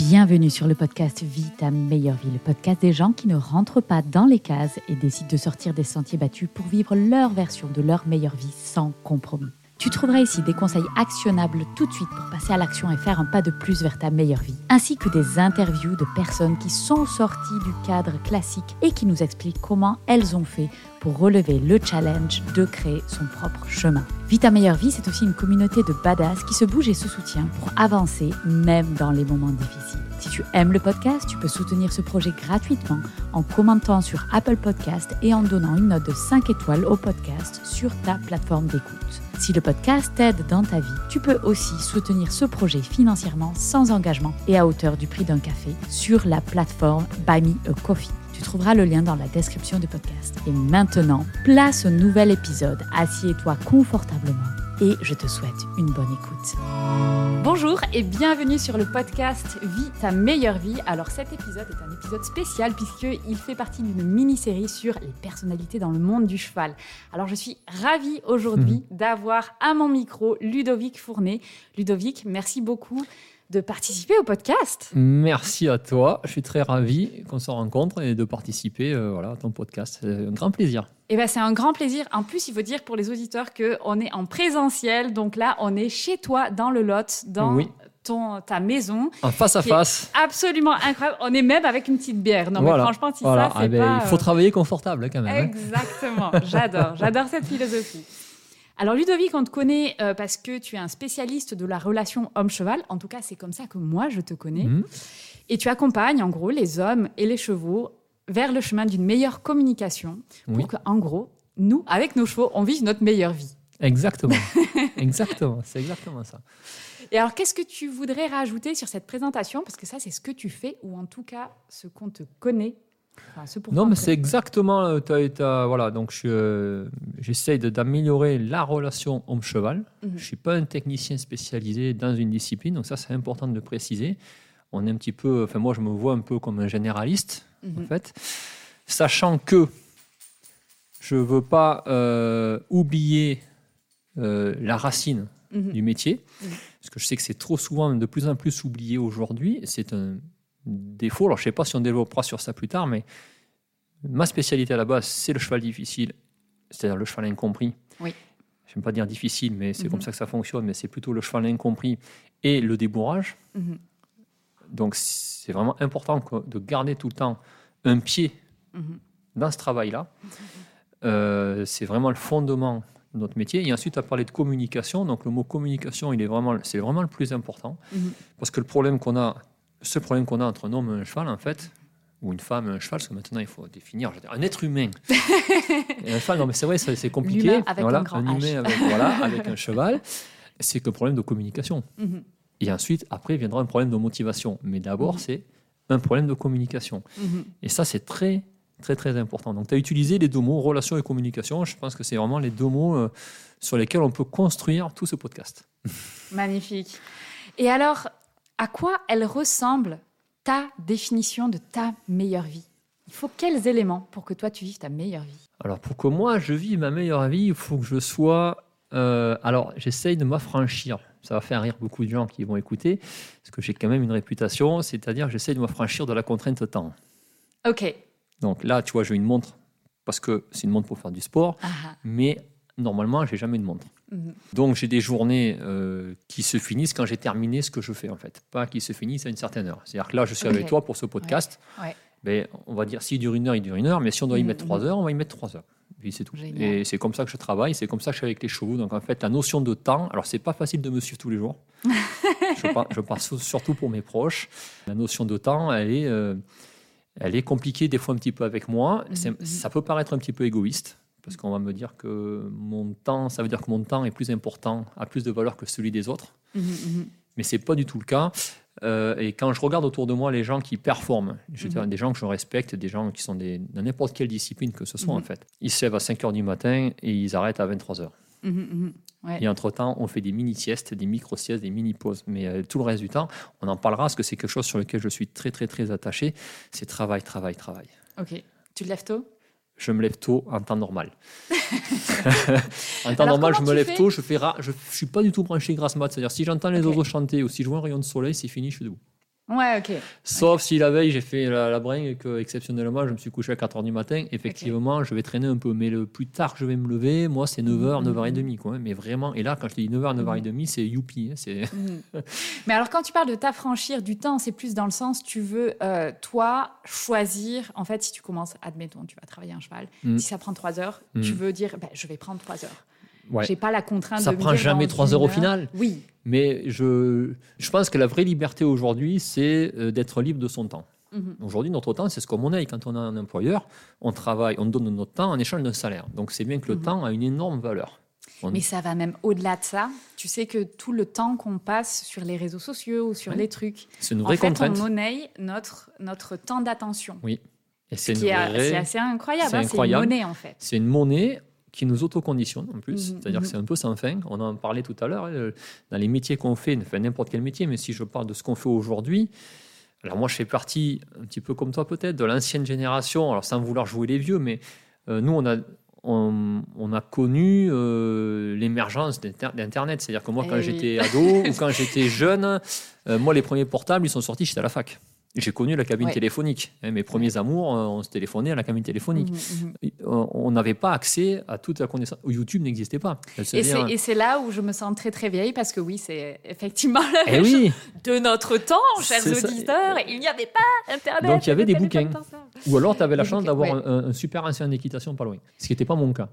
Bienvenue sur le podcast Vis ta meilleure vie, le podcast des gens qui ne rentrent pas dans les cases et décident de sortir des sentiers battus pour vivre leur version de leur meilleure vie sans compromis. Tu trouveras ici des conseils actionnables tout de suite pour passer à l'action et faire un pas de plus vers ta meilleure vie, ainsi que des interviews de personnes qui sont sorties du cadre classique et qui nous expliquent comment elles ont fait pour relever le challenge de créer son propre chemin. Vis ta meilleure vie, c'est aussi une communauté de badass qui se bougent et se soutient pour avancer même dans les moments difficiles. Si tu aimes le podcast, tu peux soutenir ce projet gratuitement en commentant sur Apple Podcast et en donnant une note de 5 étoiles au podcast sur ta plateforme d'écoute. Si le podcast t'aide dans ta vie, tu peux aussi soutenir ce projet financièrement sans engagement et à hauteur du prix d'un café sur la plateforme Buy Me a Coffee. Tu trouveras le lien dans la description du podcast. Et maintenant, place au nouvel épisode. Assieds-toi confortablement et je te souhaite une bonne écoute. Bonjour et bienvenue sur le podcast Vis ta meilleure vie. Alors cet épisode est un épisode spécial puisqu'il fait partie d'une mini-série sur les personnalités dans le monde du cheval. Alors je suis ravie aujourd'hui d'avoir à mon micro Ludovic Fournet. Ludovic, merci beaucoup de participer au podcast. Merci à toi. Je suis très ravi qu'on se rencontre et de participer à ton podcast. C'est un grand plaisir. Eh ben, c'est un grand plaisir. En plus, il faut dire pour les auditeurs qu'on est en présentiel. Donc là, on est chez toi, dans le Lot, dans ta maison. En face à face. Absolument incroyable. On est même avec une petite bière. Non, voilà. Mais franchement, si ça, c'est pas... Il faut travailler confortable quand même. Exactement. J'adore cette philosophie. Alors Ludovic, on te connaît parce que tu es un spécialiste de la relation homme-cheval. En tout cas, c'est comme ça que moi, je te connais. Et tu accompagnes, en gros, les hommes et les chevaux vers le chemin d'une meilleure communication pour qu'en gros, nous, avec nos chevaux, on vive notre meilleure vie. Exactement. Exactement. C'est exactement ça. Et alors, qu'est-ce que tu voudrais rajouter sur cette présentation ? Parce que ça, c'est ce que tu fais, ou en tout cas, ce qu'on te connaît. Non, mais c'est exactement... voilà, donc j'essaye d'améliorer la relation homme-cheval. Je ne suis pas un technicien spécialisé dans une discipline, donc ça, c'est important de le préciser. On est un petit peu... Enfin, moi, je me vois un peu comme un généraliste, en fait. Sachant que je ne veux pas oublier la racine du métier, parce que je sais que c'est trop souvent, de plus en plus oublié aujourd'hui. C'est un défaut. Alors, je ne sais pas si on développera sur ça plus tard, mais ma spécialité à la base, c'est le cheval difficile, c'est-à-dire le cheval incompris. Oui. Je n'aime pas dire difficile, mais c'est comme ça que ça fonctionne, mais c'est plutôt le cheval incompris et le débourrage. Donc, c'est vraiment important de garder tout le temps un pied dans ce travail-là. C'est vraiment le fondement de notre métier. Et ensuite, tu as parlé de communication. Donc, le mot communication, c'est vraiment le plus important. Parce que le problème qu'on a entre un homme et un cheval, en fait, ou une femme et un cheval, parce que maintenant, il faut définir un être humain. Et un cheval, non, mais c'est vrai, c'est compliqué. L'humain avec un grand H. Humain avec un cheval, c'est que le problème de communication. Et ensuite, après, viendra un problème de motivation. Mais d'abord, c'est un problème de communication. Et ça, c'est très, très, très important. Donc, tu as utilisé les deux mots, relation et communication. Je pense que c'est vraiment les deux mots sur lesquels on peut construire tout ce podcast. Magnifique. Et alors, à quoi elle ressemble ta définition de ta meilleure vie ? Il faut quels éléments pour que toi, tu vives ta meilleure vie ? Alors, pour que moi, je vive ma meilleure vie, il faut que je sois... alors, j'essaye de m'affranchir. Ça va faire rire beaucoup de gens qui vont écouter, parce que j'ai quand même une réputation, c'est-à-dire j'essaye de m'affranchir de la contrainte temps. OK. Donc là, tu vois, j'ai une montre, parce que c'est une montre pour faire du sport, mais normalement, je n'ai jamais une montre. Donc, j'ai des journées qui se finissent quand j'ai terminé ce que je fais, en fait. Pas qui se finissent à une certaine heure. C'est-à-dire que là, je suis avec toi pour ce podcast. Ben, on va dire, s'il dure une heure, il dure une heure. Mais si on doit y mettre 3 heures, on va y mettre 3 heures. Puis c'est tout. Génial. Et c'est comme ça que je travaille. C'est comme ça que je suis avec les chevaux. Donc, en fait, la notion de temps... Alors, c'est pas facile de me suivre tous les jours. je parle surtout pour mes proches. La notion de temps, elle est compliquée des fois un petit peu avec moi. Ça peut paraître un petit peu égoïste. Parce qu'on va me dire que ça veut dire que mon temps est plus important, a plus de valeur que celui des autres. Mais ce n'est pas du tout le cas. Et quand je regarde autour de moi les gens qui performent, des gens que je respecte, des gens qui sont dans n'importe quelle discipline que ce soit, en fait. Ils se lèvent à 5h du matin et ils arrêtent à 23h. Et entre-temps, on fait des mini-siestes, des micro-siestes, des mini-pauses. Mais tout le reste du temps, on en parlera parce que c'est quelque chose sur lequel je suis très, très, très attaché. C'est travail. OK. Tu te lèves tôt ? Je me lève tôt en temps normal. En temps normal, je me lève tôt, je suis pas du tout branché grasse mat. C'est-à-dire, si j'entends les oiseaux chanter ou si je vois un rayon de soleil, c'est fini, je suis debout. Ouais, ok. Sauf si la veille, j'ai fait la bringue et que, exceptionnellement, je me suis couché à 4h du matin. Effectivement, je vais traîner un peu. Mais le plus tard que je vais me lever, moi, c'est 9h, 9h30. Quoi. Mais vraiment, et là, quand je dis 9h, 9h30, c'est youpi. Mais alors, quand tu parles de t'affranchir du temps, c'est plus dans le sens, tu veux, toi, choisir. En fait, si tu commences, admettons, tu vas travailler un cheval. Si ça prend 3 heures, tu veux dire, je vais prendre 3 heures. Ouais. J'ai pas la contrainte ça de me prend dire jamais 3 heures au final. Oui. Mais je pense que la vraie liberté aujourd'hui, c'est d'être libre de son temps. Aujourd'hui, notre temps, c'est ce qu'on monnaie. Quand on a un employeur, on travaille, on donne notre temps en échange d'un salaire. Donc, c'est bien que le temps a une énorme valeur. Mais ça va même au-delà de ça. Tu sais que tout le temps qu'on passe sur les réseaux sociaux ou sur les trucs, c'est une vraie contrainte. On monnaie notre temps d'attention. Oui. Et c'est assez incroyable. C'est une monnaie, en fait. C'est une monnaie qui nous autoconditionne en plus, c'est-à-dire que c'est un peu sans fin. On en parlait tout à l'heure, dans les métiers qu'on fait, enfin n'importe quel métier, mais si je parle de ce qu'on fait aujourd'hui, alors moi je fais partie, un petit peu comme toi peut-être, de l'ancienne génération, alors sans vouloir jouer les vieux, mais nous on a connu l'émergence d'Internet, c'est-à-dire que moi quand j'étais ado ou quand j'étais jeune, moi les premiers portables ils sont sortis, j'étais à la fac. J'ai connu la cabine téléphonique. Mes premiers amours, on se téléphonait à la cabine téléphonique. On n'avait pas accès à toute la connaissance. YouTube n'existait pas. Et c'est là où je me sens très très vieille parce que oui, c'est effectivement de notre temps, chers auditeurs. Il n'y avait pas Internet. Donc il y avait des bouquins. Ou alors tu avais la chance d'avoir un super ancien d'équitation pas loin. Ce qui n'était pas mon cas.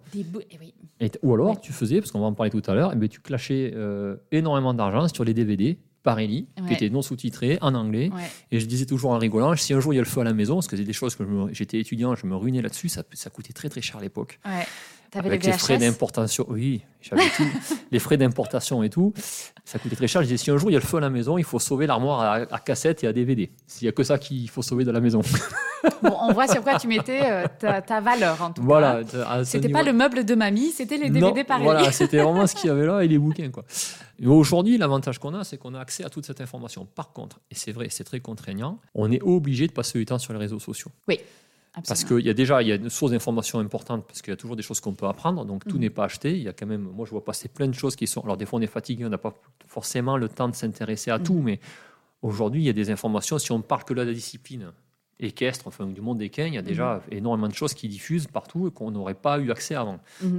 Ou alors tu faisais, parce qu'on va en parler tout à l'heure, tu clashais énormément d'argent sur les DVD. Parelli, qui était non sous-titré en anglais. Et je disais toujours en rigolant, si un jour il y a le feu à la maison, parce que c'est des choses que j'étais étudiant, je me ruinais là-dessus, ça coûtait très très cher à l'époque. Avec les frais d'importation, j'avais tout, les frais d'importation et tout, ça coûtait très cher. Je disais, si un jour il y a le feu à la maison, il faut sauver l'armoire à cassette et à DVD. S'il n'y a que ça qu'il faut sauver de la maison. Bon, on voit sur quoi tu mettais ta valeur en tout cas. C'était pas le meuble de mamie, c'était les DVD Parelli. Voilà, c'était vraiment ce qu'il y avait là et les bouquins, quoi. Et aujourd'hui, l'avantage qu'on a, c'est qu'on a accès à toute cette information. Par contre, et c'est vrai, c'est très contraignant, on est obligé de passer du temps sur les réseaux sociaux. Oui. Absolument. Parce qu'il y a une source d'information importante, parce qu'il y a toujours des choses qu'on peut apprendre, donc tout n'est pas acheté. Il y a quand même, moi je vois passer plein de choses qui sont. Alors des fois on est fatigué, on n'a pas forcément le temps de s'intéresser à tout, mais aujourd'hui il y a des informations. Si on parle que de la discipline équestre, enfin du monde équin, il y a déjà énormément de choses qui diffusent partout et qu'on n'aurait pas eu accès avant.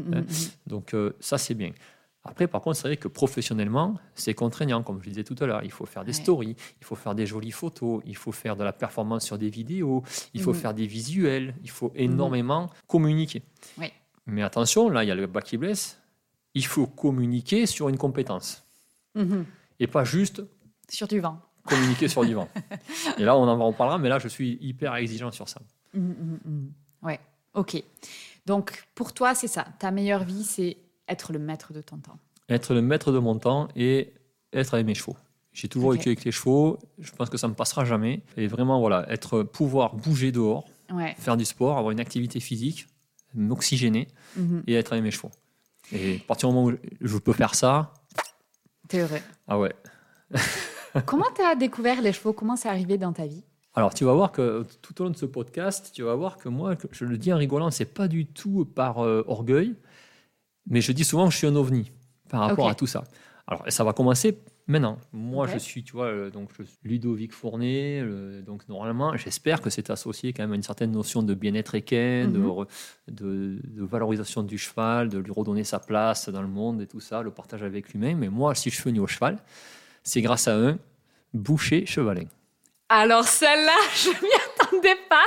Donc ça c'est bien. Après, par contre, c'est vrai que professionnellement, c'est contraignant, comme je le disais tout à l'heure. Il faut faire des stories, il faut faire des jolies photos, il faut faire de la performance sur des vidéos, il faut faire des visuels, il faut énormément communiquer. Oui. Mais attention, là, il y a le bas qui blesse. Il faut communiquer sur une compétence. Et pas juste... Sur du vent. Communiquer sur du vent. Et là, on en parlera, mais là, je suis hyper exigeant sur ça. Ouais, ok. Donc, pour toi, c'est ça. Ta meilleure vie, c'est... être le maître de ton temps. Être le maître de mon temps et être avec mes chevaux. J'ai toujours été avec les chevaux. Je pense que ça ne me passera jamais. Et vraiment, voilà, pouvoir bouger dehors, faire du sport, avoir une activité physique, m'oxygéner et être avec mes chevaux. Et à partir du moment où je peux faire ça... T'es heureux. Ah ouais. Comment tu as découvert les chevaux? Comment c'est arrivé dans ta vie? Alors, tu vas voir que tout au long de ce podcast, tu vas voir que moi, je le dis en rigolant, c'est pas du tout par orgueil. Mais je dis souvent que je suis un ovni par rapport à tout ça. Alors, ça va commencer maintenant. Moi, je suis, tu vois, donc je suis Ludovic Fournet. Donc, normalement, j'espère que c'est associé quand même à une certaine notion de bien-être équin, de valorisation du cheval, de lui redonner sa place dans le monde et tout ça, le partage avec l'humain. Mais moi, si je suis venu au cheval, c'est grâce à un boucher chevalin. Alors, celle-là, je ne m'y attendais pas.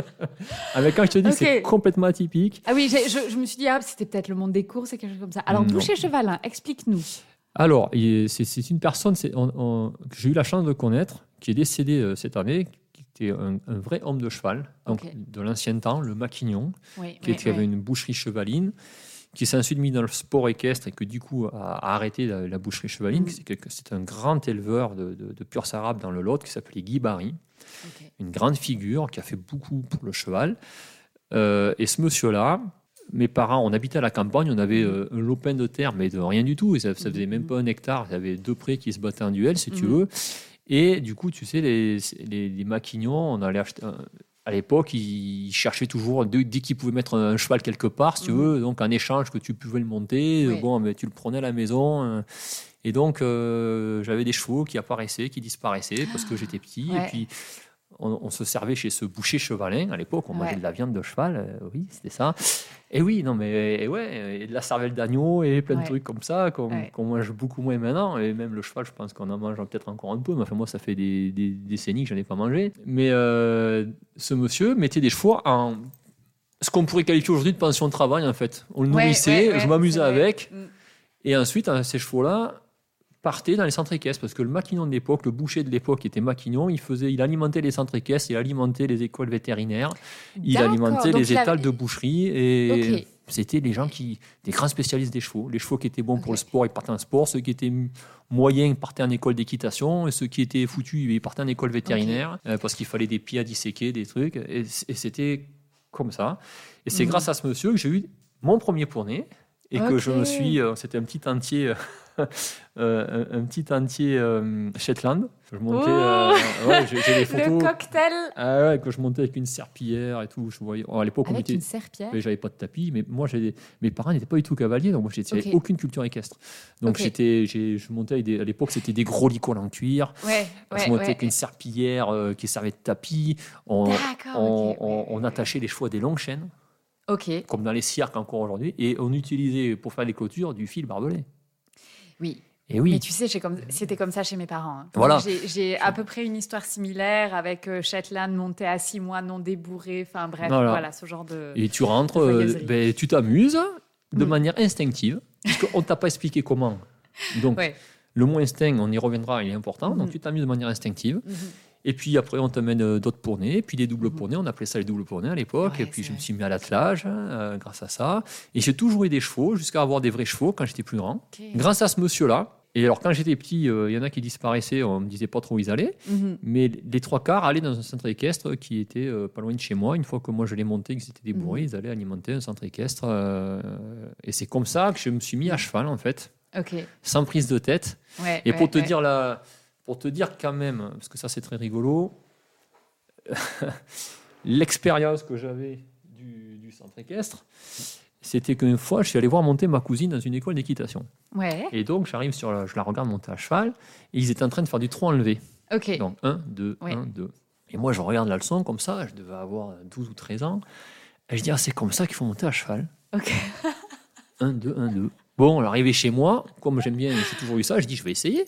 Avec quand je te dis, c'est complètement atypique. Ah oui, je me suis dit, c'était peut-être le monde des courses et quelque chose comme ça. Alors, boucher chevalin, explique-nous. Alors, c'est une personne que j'ai eu la chance de connaître, qui est décédée cette année, qui était un vrai homme de cheval, donc de l'ancien temps, le Maquignon, qui avait une boucherie chevaline, qui s'est ensuite mis dans le sport équestre et que du coup a arrêté la boucherie chevaline. C'est un grand éleveur de pure arabe dans le Lot qui s'appelait Guy Barry. Une grande figure qui a fait beaucoup pour le cheval. Et ce monsieur-là, mes parents, on habitait à la campagne, on avait un lopin de terre, mais de rien du tout. Ça faisait même pas 1 hectare. Il y avait 2 prés qui se battaient en duel, si tu veux. Et du coup, tu sais, les maquignons, on allait acheter. à l'époque, ils cherchaient toujours, dès qu'ils pouvaient mettre un cheval quelque part, si tu veux, donc en échange que tu pouvais le monter, mais tu le prenais à la maison. Et donc, j'avais des chevaux qui apparaissaient, qui disparaissaient parce que j'étais petit. Et puis, on se servait chez ce boucher chevalin. À l'époque, on mangeait de la viande de cheval. Oui, c'était ça. Et oui, non, mais et de la cervelle d'agneau et plein de trucs comme ça qu'on mange beaucoup moins maintenant. Et même le cheval, je pense qu'on en mange peut-être encore un peu. Mais enfin, moi, ça fait des décennies que je n'en ai pas mangé. Mais ce monsieur mettait des chevaux en ce qu'on pourrait qualifier aujourd'hui de pension de travail, en fait. On le nourrissait, je m'amusais avec. Et ensuite, ces chevaux-là partait dans les centres équestres parce que le maquignon de l'époque, le boucher de l'époque était maquignon, il alimentait les centres équestres, il alimentait les écoles vétérinaires, il alimentait les étals de boucherie et c'était des gens des grands spécialistes des chevaux. Les chevaux qui étaient bons pour le sport, ils partaient en sport, ceux qui étaient moyens partaient en école d'équitation et ceux qui étaient foutus, ils partaient en école vétérinaire parce qu'il fallait des pieds à disséquer, des trucs et c'était comme ça. Et c'est grâce à ce monsieur que j'ai eu mon premier poney et que je me suis, c'était un petit entier un petit entier Shetland. Je montais, j'ai des photos. Le cocktail. Que je montais avec une serpillière et tout. Je voyais. À l'époque, avec une serpillière. Mais j'avais pas de tapis, mais moi, mes parents n'étaient pas du tout cavaliers, donc moi, j'avais aucune culture équestre. Donc je montais avec à l'époque, c'était des gros licoles en cuir. Je montais avec une serpillière qui servait de tapis. On attachait les chevaux à des longues chaînes. Comme dans les cirques encore aujourd'hui, et on utilisait pour faire les clôtures du fil barbelé. Oui. Et oui. Mais tu sais, c'était comme ça chez mes parents. Hein. Voilà. J'ai à peu près une histoire similaire avec Shetland monté à 6 mois, non débourré. Enfin bref, voilà ce genre de. Et tu rentres, tu t'amuses de manière instinctive, parce qu'on ne t'a pas expliqué comment. Donc, le mot instinct, on y reviendra, il est important. Donc, tu t'amuses de manière instinctive. Et puis après, on te mène d'autres poneys, puis des doubles poneys, on appelait ça les doubles poneys à l'époque. Et puis je me suis mis à l'attelage grâce à ça. Et j'ai toujours eu des chevaux, jusqu'à avoir des vrais chevaux quand j'étais plus grand. Grâce à ce monsieur-là. Et alors, quand j'étais petit, il y en a qui disparaissaient, on ne me disait pas trop où ils allaient. Mais les 3/4 allaient dans un centre équestre qui était pas loin de chez moi. Une fois que moi je les montais, qu'ils étaient débourrés, ils allaient alimenter un centre équestre. Et c'est comme ça que je me suis mis à cheval, en fait. Sans prise de tête. Et pour te dire Pour te dire quand même, parce que ça c'est très rigolo, l'expérience que j'avais du centre équestre, c'était qu'une fois, je suis allé voir monter ma cousine dans une école d'équitation. Et donc, je la regarde monter à cheval, et ils étaient en train de faire du trot enlevé. Donc, 1, 2, 1, 2. Et moi, je regarde la leçon comme ça, je devais avoir 12 ou 13 ans, et je dis, c'est comme ça qu'il faut monter à cheval. 1, 2, 1, 2. Bon, alors, arrivé chez moi, comme j'aime bien, j'ai toujours eu ça, je dis, je vais essayer.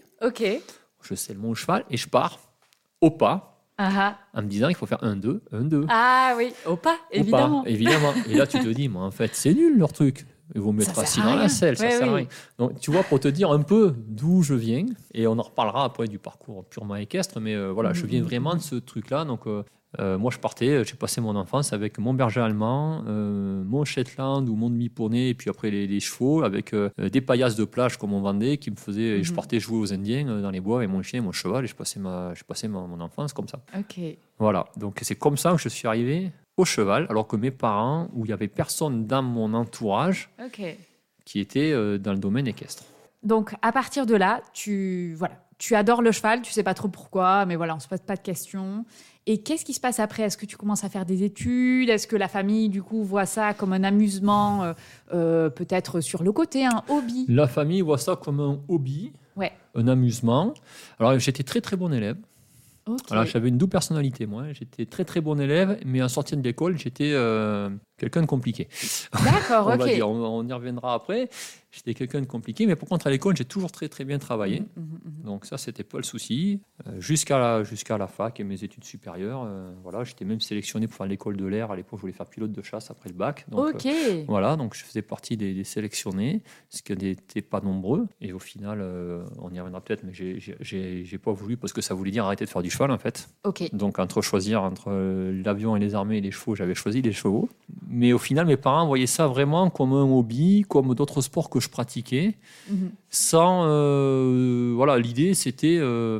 Je selle mon cheval et je pars au pas en me disant qu'il faut faire 1, 2, 1, 2. Ah oui, au pas, évidemment. Évidemment. Et là, tu te dis, en fait, c'est nul leur truc. Ils vont mettre assis dans la selle, ça sert à rien. Donc, tu vois, pour te dire un peu d'où je viens, et on en reparlera après du parcours purement équestre, mais voilà, je viens vraiment de ce truc-là. Donc, moi, j'ai passé mon enfance avec mon berger allemand, mon Shetland ou mon demi-poney, et puis après les chevaux, avec des paillasses de plage comme on vendait, qui me faisaient. Je partais jouer aux Indiens dans les bois avec mon chien et mon cheval, et je passais mon enfance comme ça. Voilà, donc c'est comme ça que je suis arrivé au cheval, alors que mes parents, où il n'y avait personne dans mon entourage qui était dans le domaine équestre. Donc, à partir de là, tu adores le cheval, tu ne sais pas trop pourquoi, mais voilà, on ne se pose pas de questions. Et qu'est-ce qui se passe après ? Est-ce que tu commences à faire des études ? Est-ce que la famille, du coup, voit ça comme un amusement, peut-être sur le côté, un hobby ? La famille voit ça comme un hobby, un amusement. Alors, j'étais très, très bon élève. Alors, j'avais une double personnalité, moi. J'étais très, très bon élève, mais en sortant de l'école, j'étais quelqu'un de compliqué. D'accord, on va dire, on y reviendra après. J'étais quelqu'un de compliqué, mais par contre, à l'école, j'ai toujours très, très bien travaillé. Donc ça, c'était pas le souci. Jusqu'à la fac et mes études supérieures, voilà, j'étais même sélectionné pour faire l'école de l'air. À l'époque, je voulais faire pilote de chasse après le bac. Donc, voilà, donc je faisais partie des sélectionnés, ce qui n'était pas nombreux. Et au final, on y reviendra peut-être, mais j'ai pas voulu parce que ça voulait dire arrêter de faire du cheval, en fait. Donc, choisir entre l'avion et les armées et les chevaux, j'avais choisi les chevaux. Mais au final, mes parents voyaient ça vraiment comme un hobby, comme d'autres sports que je pratiquais, sans... voilà, l'idée, c'était...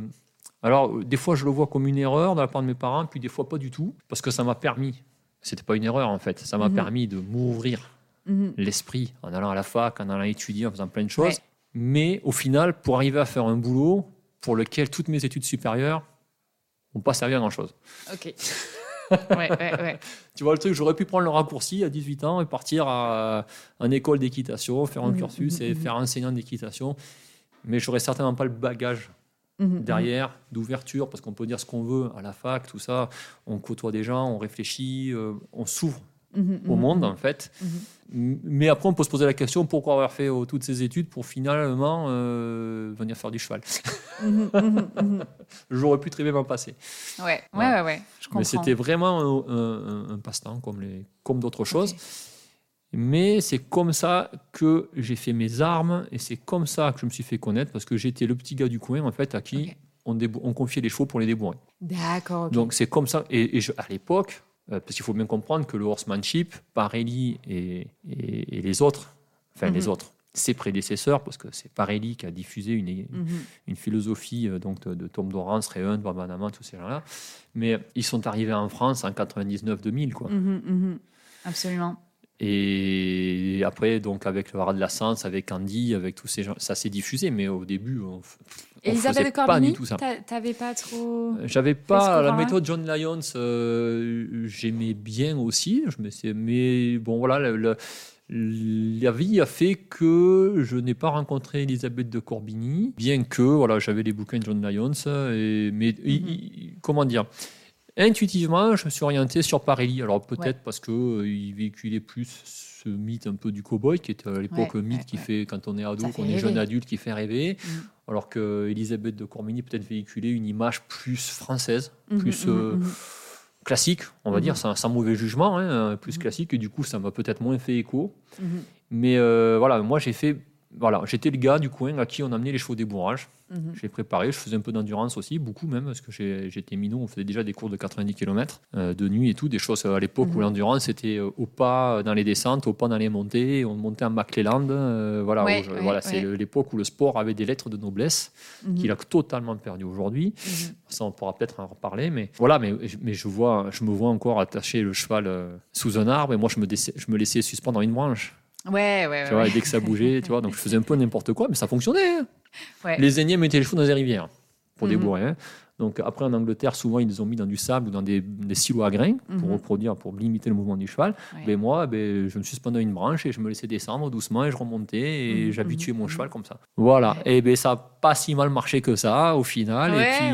alors, des fois, je le vois comme une erreur de la part de mes parents, puis des fois, pas du tout, parce que ça m'a permis... C'était pas une erreur, en fait. Ça m'a permis de m'ouvrir l'esprit en allant à la fac, en allant étudier, en faisant plein de choses. Mais au final, pour arriver à faire un boulot pour lequel toutes mes études supérieures n'ont pas servi à grand-chose. Ouais. Tu vois le truc, j'aurais pu prendre le raccourci à 18 ans et partir en école d'équitation, faire un cursus et faire enseignant d'équitation. Mais j'aurais certainement pas le bagage derrière, d'ouverture, parce qu'on peut dire ce qu'on veut à la fac, tout ça. On côtoie des gens, on réfléchit, on s'ouvre au monde, en fait. Mais après, on peut se poser la question, pourquoi avoir fait toutes ces études pour finalement venir faire du cheval. J'aurais pu très bien m'en passer. Ouais, je comprends. Mais c'était vraiment un passe-temps comme d'autres choses. Mais c'est comme ça que j'ai fait mes armes et c'est comme ça que je me suis fait connaître parce que j'étais le petit gars du coin en fait à qui on confiait les chevaux pour les débourrer. D'accord. Donc c'est comme ça. Et à l'époque, parce qu'il faut bien comprendre que le horsemanship, Parelli et les autres, les autres, ses prédécesseurs, parce que c'est Parelli qui a diffusé une philosophie donc de Tom Dorrance, Ray Hunt, Bob Bannerman, tous ces gens-là. Mais ils sont arrivés en France en 99-2000, quoi. Absolument. Et après, donc avec le Harald Lassens, avec Andy, avec tous ces gens, ça s'est diffusé, mais au début, on faisait pas du tout ça. T'avais pas trop. J'avais pas la méthode John Lyons. J'aimais bien aussi, mais bon voilà, la vie a fait que je n'ai pas rencontré Elisabeth de Corbigny, bien que voilà, j'avais les bouquins de John Lyons, comment dire. Intuitivement, je me suis orienté sur Parelli. Alors peut-être parce qu'il véhiculait plus ce mythe un peu du cow-boy, qui était à l'époque le mythe qui fait, quand on est ado, qu'on est jeune adulte, qui fait rêver. Alors que Elisabeth de Corbigny peut-être véhiculait une image plus française, plus classique, on va dire, sans mauvais jugement, plus classique. Et du coup, ça m'a peut-être moins fait écho. Mais voilà, moi j'étais le gars du coin à qui on amenait les chevaux débourrage. Je les préparais, je faisais un peu d'endurance aussi, beaucoup même, parce que j'étais minot, on faisait déjà des courses de 90 km de nuit et tout, des choses à l'époque où l'endurance c'était au pas dans les descentes, au pas dans les montées, on montait en McClelland, c'est l'époque où le sport avait des lettres de noblesse, qu'il a totalement perdu aujourd'hui. Ça on pourra peut-être en reparler, mais voilà, mais je me vois encore attacher le cheval sous un arbre et moi je me laissais suspendre dans une branche. Tu vois, et dès que ça bougeait, tu vois, donc je faisais un peu n'importe quoi, mais ça fonctionnait. Les Indiens mettaient les chevaux dans des rivières pour débourrer. Donc après, en Angleterre, souvent, ils les ont mis dans du sable ou dans des silos à grains pour reproduire, pour limiter le mouvement du cheval. Ben, moi, je me suspendais à une branche et je me laissais descendre doucement et je remontais et j'habituais mon cheval comme ça. Voilà. Et ça n'a pas si mal marché que ça, au final.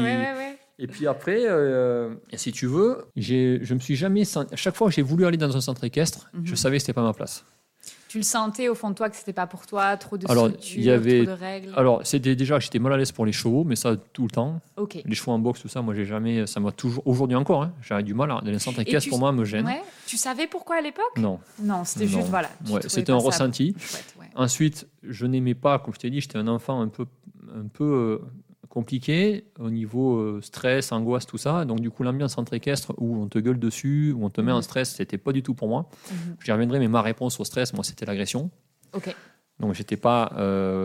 Et puis après, si tu veux, je me suis jamais senti... À chaque fois que j'ai voulu aller dans un centre équestre, je savais que ce n'était pas ma place. Tu le sentais au fond de toi que c'était pas pour toi, trop de structures, trop de règles. Alors, c'était déjà que j'étais mal à l'aise pour les chevaux, mais ça tout le temps. Les chevaux en boxe, tout ça, moi j'ai jamais, ça m'a toujours, aujourd'hui encore, j'avais du mal. Les centres équestres pour moi me gênent. Tu savais pourquoi à l'époque ? Non, c'était juste voilà. C'était un ressenti. Ensuite, je n'aimais pas, comme je t'ai dit, j'étais un enfant un peu compliqué au niveau stress, angoisse, tout ça. Donc du coup, l'ambiance centre équestre où on te gueule dessus, où on te met en stress, c'était pas du tout pour moi. J'y reviendrai, mais ma réponse au stress, moi, c'était l'agression. Donc j'étais pas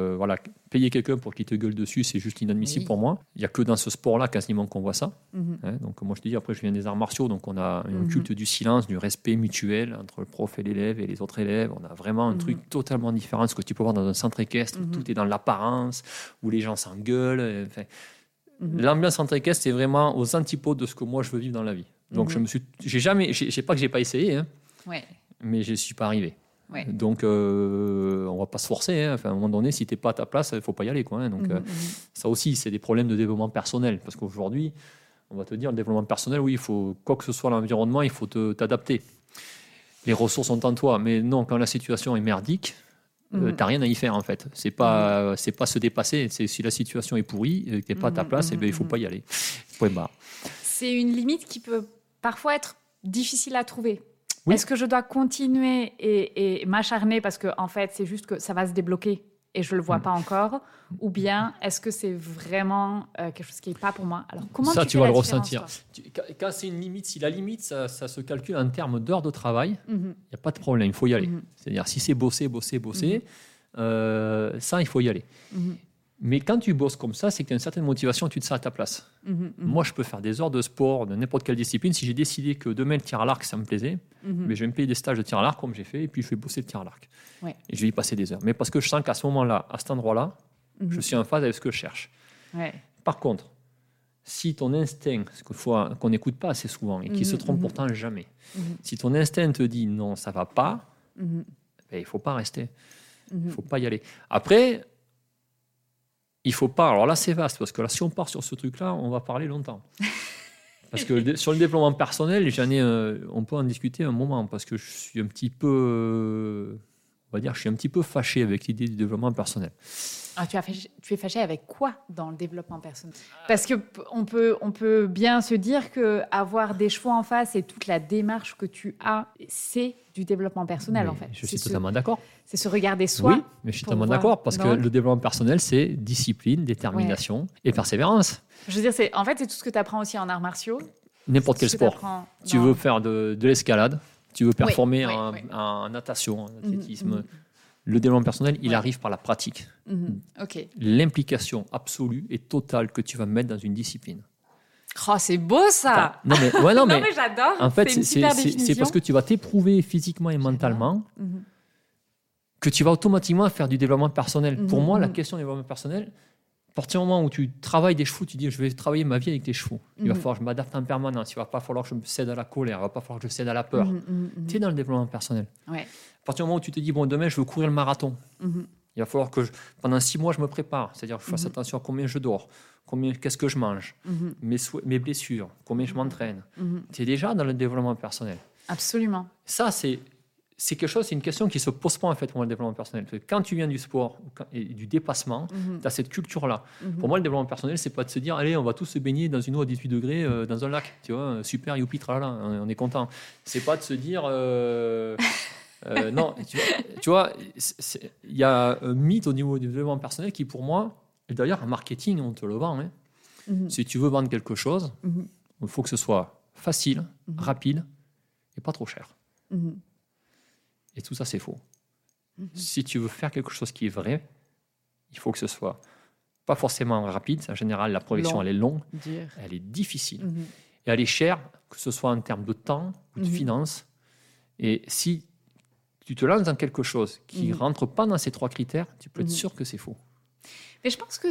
payer quelqu'un pour qu'il te gueule dessus, c'est juste inadmissible pour moi. Il y a que dans ce sport-là quasiment qu'on voit ça. Donc moi je te dis, après je viens des arts martiaux, donc on a un culte du silence, du respect mutuel entre le prof et l'élève et les autres élèves. On a vraiment un truc totalement différent de ce que tu peux voir dans un centre équestre où tout est dans l'apparence, où les gens s'engueulent. L'ambiance centre équestre, c'est vraiment aux antipodes de ce que moi je veux vivre dans la vie. Donc j'ai pas essayé, mais je suis pas arrivé. Donc on va pas se forcer, à un moment donné, si t'es pas à ta place, il faut pas y aller, quoi. Donc ça aussi, c'est des problèmes de développement personnel, parce qu'aujourd'hui, on va te dire, le développement personnel, oui, il faut, quoi que ce soit l'environnement, il faut t'adapter. Les ressources sont en toi, mais non, quand la situation est merdique, t'as rien à y faire en fait. C'est pas se dépasser. Si la situation est pourrie, que t'es pas à ta place, il faut pas y aller. Point barre. C'est une limite qui peut parfois être difficile à trouver. Est-ce que je dois continuer et m'acharner parce que en fait c'est juste que ça va se débloquer et je le vois pas encore, ou bien est-ce que c'est vraiment quelque chose qui est pas pour moi? Alors comment ça, tu vas le ressentir. Toi? Quand c'est une limite, si la limite ça se calcule en termes d'heures de travail, il n'y a pas de problème, il faut y aller. C'est-à-dire si c'est bosser, ça il faut y aller. Mais quand tu bosses comme ça, c'est que tu as une certaine motivation, tu te sens à ta place. Moi, je peux faire des heures de sport, de n'importe quelle discipline. Si j'ai décidé que demain, le tir à l'arc, ça me plaisait, mais je vais me payer des stages de tir à l'arc comme j'ai fait, et puis je vais bosser le tir à l'arc. Et je vais y passer des heures. Mais parce que je sens qu'à ce moment-là, à cet endroit-là, je suis en phase avec ce que je cherche. Par contre, si ton instinct, qu'on n'écoute pas assez souvent et qui se trompe pourtant jamais, si ton instinct te dit non, ça va pas, ben, il ne faut pas rester. Il ne faut pas y aller. Après, il ne faut pas... Alors là, c'est vaste, parce que là, si on part sur ce truc-là, on va parler longtemps. Parce que sur le développement personnel, on peut en discuter un moment, parce que je suis un petit peu... on va dire, je suis un petit peu fâché avec l'idée du développement personnel. Ah, tu es fâché avec quoi dans le développement personnel? Parce qu'on peut bien se dire qu'avoir des chevaux en face et toute la démarche que tu as, c'est du développement personnel, en fait. Je suis totalement d'accord. C'est se regarder soi. Oui, mais je suis totalement d'accord, parce que le développement personnel, c'est discipline, détermination et persévérance. Je veux dire, c'est tout ce que tu apprends aussi en arts martiaux. N'importe quel sport. Tu veux faire de l'escalade, tu veux performer en natation, en athlétisme. Le développement personnel, il arrive par la pratique. L'implication absolue et totale que tu vas mettre dans une discipline. Oh, c'est beau ça! Non, mais j'adore. En fait, c'est parce que tu vas t'éprouver physiquement et mentalement que tu vas automatiquement faire du développement personnel. Pour moi, la question du développement personnel, à partir du moment où tu travailles des chevaux, tu dis je vais travailler ma vie avec les chevaux. Il va falloir que je m'adapte en permanence. Il ne va pas falloir que je me cède à la colère. Il ne va pas falloir que je cède à la peur. Tu es dans le développement personnel. Ouais. À partir du moment où tu te dis bon, demain, je veux courir le marathon. Il va falloir que pendant 6 mois, je me prépare. C'est-à-dire que je fasse attention à combien je dors, qu'est-ce que je mange, mes blessures, combien je m'entraîne. Tu es déjà dans le développement personnel. Absolument. Ça, c'est quelque chose, c'est une question qui ne se pose pas en fait pour le développement personnel. Parce que quand tu viens du sport et du dépassement, tu as cette culture-là. Pour moi, le développement personnel, c'est pas de se dire allez, on va tous se baigner dans une eau à 18 degrés dans un lac. Tu vois, super, youpi, tralala, on est content. C'est pas de se dire non, tu vois, il y a un mythe au niveau du développement personnel qui, pour moi, et d'ailleurs, en marketing, on te le vend. Hein. Si tu veux vendre quelque chose, il faut que ce soit facile, rapide et pas trop cher. Et tout ça, c'est faux. Si tu veux faire quelque chose qui est vrai, il faut que ce soit pas forcément rapide. En général, la progression, elle est longue, elle est difficile. Et elle est chère, que ce soit en termes de temps ou de finances. Et si tu te lances dans quelque chose qui ne rentre pas dans ces 3 critères, tu peux être sûr que c'est faux. Mais je pense que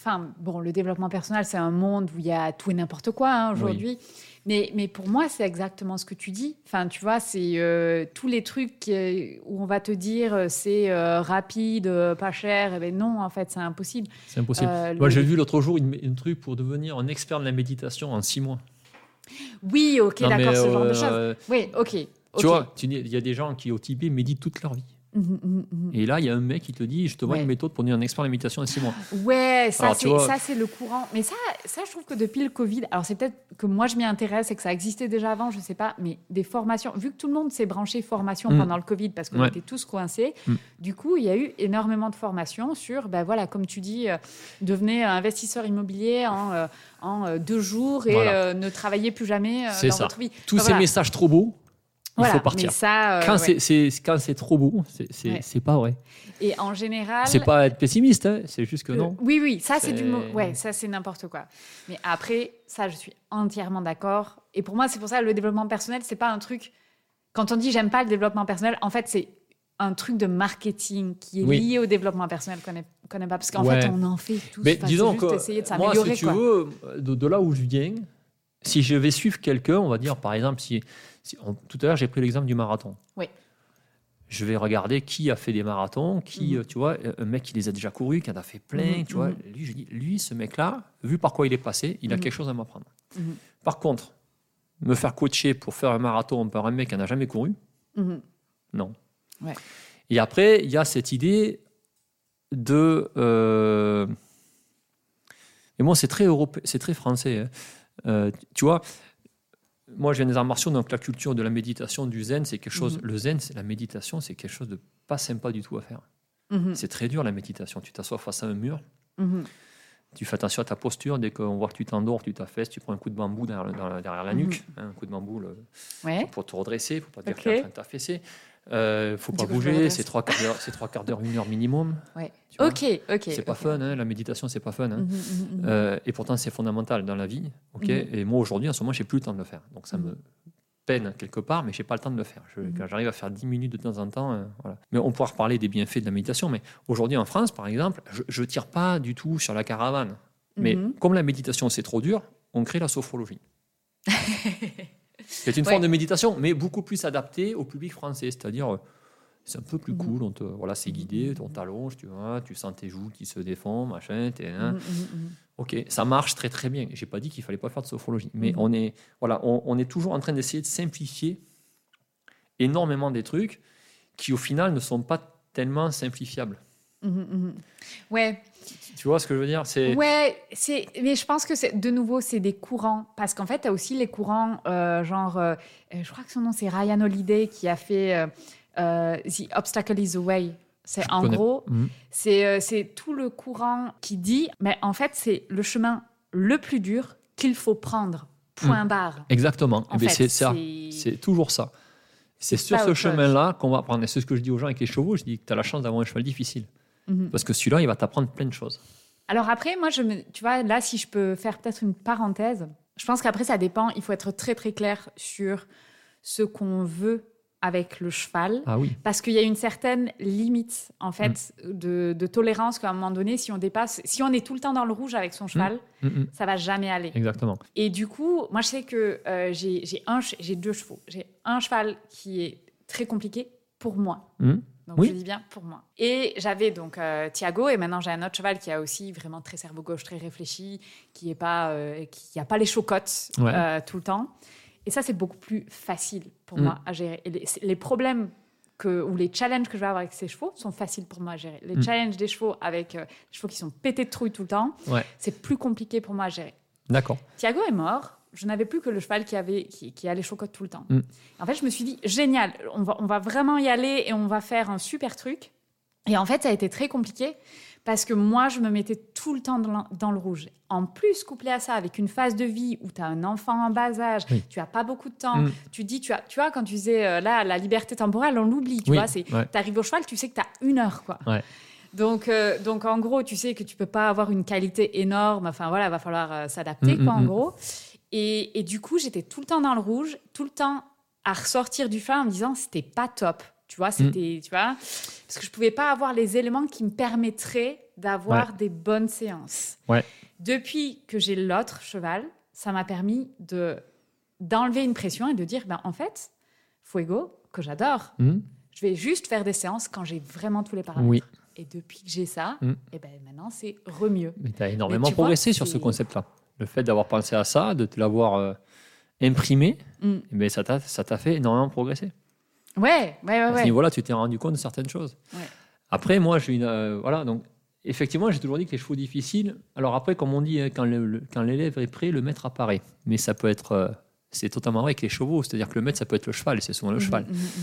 le développement personnel, c'est un monde où il y a tout et n'importe quoi aujourd'hui. Oui. Mais pour moi, c'est exactement ce que tu dis. Enfin, tu vois, c'est tous les trucs où on va te dire c'est rapide, pas cher. Eh ben non, en fait, c'est impossible. C'est impossible. Moi, j'ai vu l'autre jour un truc pour devenir un expert de la méditation en 6 mois. Oui, ok, non, d'accord, ce genre de choses. Oui, ok. Tu vois, il y a des gens qui, au Tibet, méditent toute leur vie. Et là, il y a un mec qui te dit je te vois une méthode pour devenir un expert en méditation en 6 mois. Ouais, ça, c'est le courant. Mais ça, je trouve que depuis le Covid, alors c'est peut-être que moi je m'y intéresse et que ça existait déjà avant, je sais pas, mais des formations, vu que tout le monde s'est branché formation pendant le Covid parce qu'on était tous coincés, du coup, il y a eu énormément de formations sur, comme tu dis, devenez investisseur immobilier en 2 jours et ne travaillez plus jamais dans votre vie. Tous ces messages trop beaux. Il faut partir. Ça, quand c'est trop beau, c'est pas vrai. Et en général, c'est pas être pessimiste, hein, c'est juste que non. Oui, ça ça c'est n'importe quoi. Mais après, ça, je suis entièrement d'accord. Et pour moi, c'est pour ça le développement personnel, c'est pas un truc. Quand on dit j'aime pas le développement personnel, en fait, c'est un truc de marketing qui est lié au développement personnel qu'on connaît pas, parce qu'en fait, on en fait tous. Mais disons juste essayer de s'améliorer. Moi, si tu veux, de là où je viens, si je vais suivre quelqu'un, on va dire par exemple tout à l'heure, j'ai pris l'exemple du marathon. Oui. Je vais regarder qui a fait des marathons, tu vois, un mec qui les a déjà courus, qui en a fait plein, tu vois. Lui, je dis, ce mec-là, vu par quoi il est passé, il a quelque chose à m'apprendre. Par contre, me faire coacher pour faire un marathon par un mec qui n'en a jamais couru, non. Ouais. Et après, il y a cette idée de... Mais moi, c'est très européen, c'est très français. Hein. Tu vois... Moi, je viens des arts martiaux, donc la culture de la méditation, du zen, c'est quelque chose. Le zen, la méditation, c'est quelque chose de pas sympa du tout à faire. C'est très dur la méditation. Tu t'assois face à un mur, tu fais attention à ta posture. Dès qu'on voit que tu t'endors, tu t'affaisses, tu prends un coup de bambou derrière la nuque, un coup de bambou pour te redresser, il ne faut pas dire que tu es en train de t'affaisser. Il ne faut pas bouger, c'est 3 quarts d'heure, 1 heure minimum. Ouais. Ok. C'est pas fun, hein, la méditation, c'est pas fun. Hein. Et pourtant, c'est fondamental dans la vie. Et moi, aujourd'hui, en ce moment, je n'ai plus le temps de le faire. Donc, ça me peine quelque part, mais je n'ai pas le temps de le faire. Quand j'arrive à faire 10 minutes de temps en temps, voilà. Mais on pourra reparler des bienfaits de la méditation. Mais aujourd'hui, en France, par exemple, je ne tire pas du tout sur la caravane. Mais comme la méditation, c'est trop dur, on crée la sophrologie. C'est une forme de méditation, mais beaucoup plus adaptée au public français. C'est-à-dire, c'est un peu plus cool. C'est guidé, on t'allonge, tu sens tes joues qui se défont, machin. Ok, ça marche très très bien. J'ai pas dit qu'il fallait pas faire de sophrologie, mais on est toujours en train d'essayer de simplifier énormément des trucs qui au final ne sont pas tellement simplifiables. Ouais. Tu vois ce que je veux dire? Ouais, mais je pense que de nouveau, c'est des courants. Parce qu'en fait, tu as aussi les courants, je crois que son nom, c'est Ryan Holiday qui a fait The Obstacle is the Way. C'est en gros, c'est tout le courant qui dit, mais en fait, c'est le chemin le plus dur qu'il faut prendre. Point barre. Exactement. C'est toujours ça. C'est sur ce chemin-là qu'on va apprendre. Et c'est ce que je dis aux gens avec les chevaux. Je dis que tu as la chance d'avoir un cheval difficile. Parce que celui-là, il va t'apprendre plein de choses. Alors après, moi, tu vois, là, si je peux faire peut-être une parenthèse, je pense qu'après, ça dépend. Il faut être très, très clair sur ce qu'on veut avec le cheval. Ah oui. Parce qu'il y a une certaine limite, en fait, de tolérance qu'à un moment donné, si on dépasse, si on est tout le temps dans le rouge avec son cheval, ça va jamais aller. Exactement. Et du coup, moi, je sais que j'ai 2 chevaux. J'ai un cheval qui est très compliqué pour moi. Donc, je dis bien pour moi. Et j'avais donc Thiago, et maintenant j'ai un autre cheval qui a aussi vraiment très cerveau gauche, très réfléchi, qui a pas les chocottes tout le temps. Et ça, c'est beaucoup plus facile pour moi à gérer. Et les problèmes ou les challenges que je vais avoir avec ces chevaux sont faciles pour moi à gérer. Les challenges des chevaux avec des chevaux qui sont pétés de trouille tout le temps, c'est plus compliqué pour moi à gérer. D'accord. Thiago est mort. Je n'avais plus que le cheval qui a les chocottes tout le temps. En fait, je me suis dit, génial, on va vraiment y aller et on va faire un super truc. Et en fait, ça a été très compliqué parce que moi, je me mettais tout le temps dans le rouge. En plus, couplé à ça, avec une phase de vie où tu as un enfant en bas âge, tu n'as pas beaucoup de temps. Tu dis, tu vois, quand tu disais, là, la liberté temporelle, on l'oublie. Tu vois, tu arrives au cheval, tu sais que tu as 1 heure, quoi. Ouais. Donc, en gros, tu sais que tu ne peux pas avoir une qualité énorme. Enfin, voilà, il va falloir s'adapter, quoi, en gros. Et du coup, j'étais tout le temps dans le rouge, tout le temps à ressortir du cheval en me disant c'était pas top. Tu vois, tu vois, parce que je pouvais pas avoir les éléments qui me permettraient d'avoir des bonnes séances. Ouais. Depuis que j'ai l'autre cheval, ça m'a permis d'enlever une pression et de dire, en fait, Fuego, que j'adore, je vais juste faire des séances quand j'ai vraiment tous les paramètres. Oui. Et depuis que j'ai ça, maintenant, c'est mieux. Mais tu as énormément progressé sur ce concept-là. Le fait d'avoir pensé à ça, de te l'avoir imprimé, ça t'a fait énormément progresser. À ce niveau-là, tu t'es rendu compte de certaines choses. Ouais. Après, moi, donc, effectivement, j'ai toujours dit que les chevaux difficiles... Alors après, comme on dit, quand l'élève est prêt, le maître apparaît. Mais ça peut être... c'est totalement vrai avec les chevaux. C'est-à-dire que le maître, ça peut être le cheval, et c'est souvent le cheval.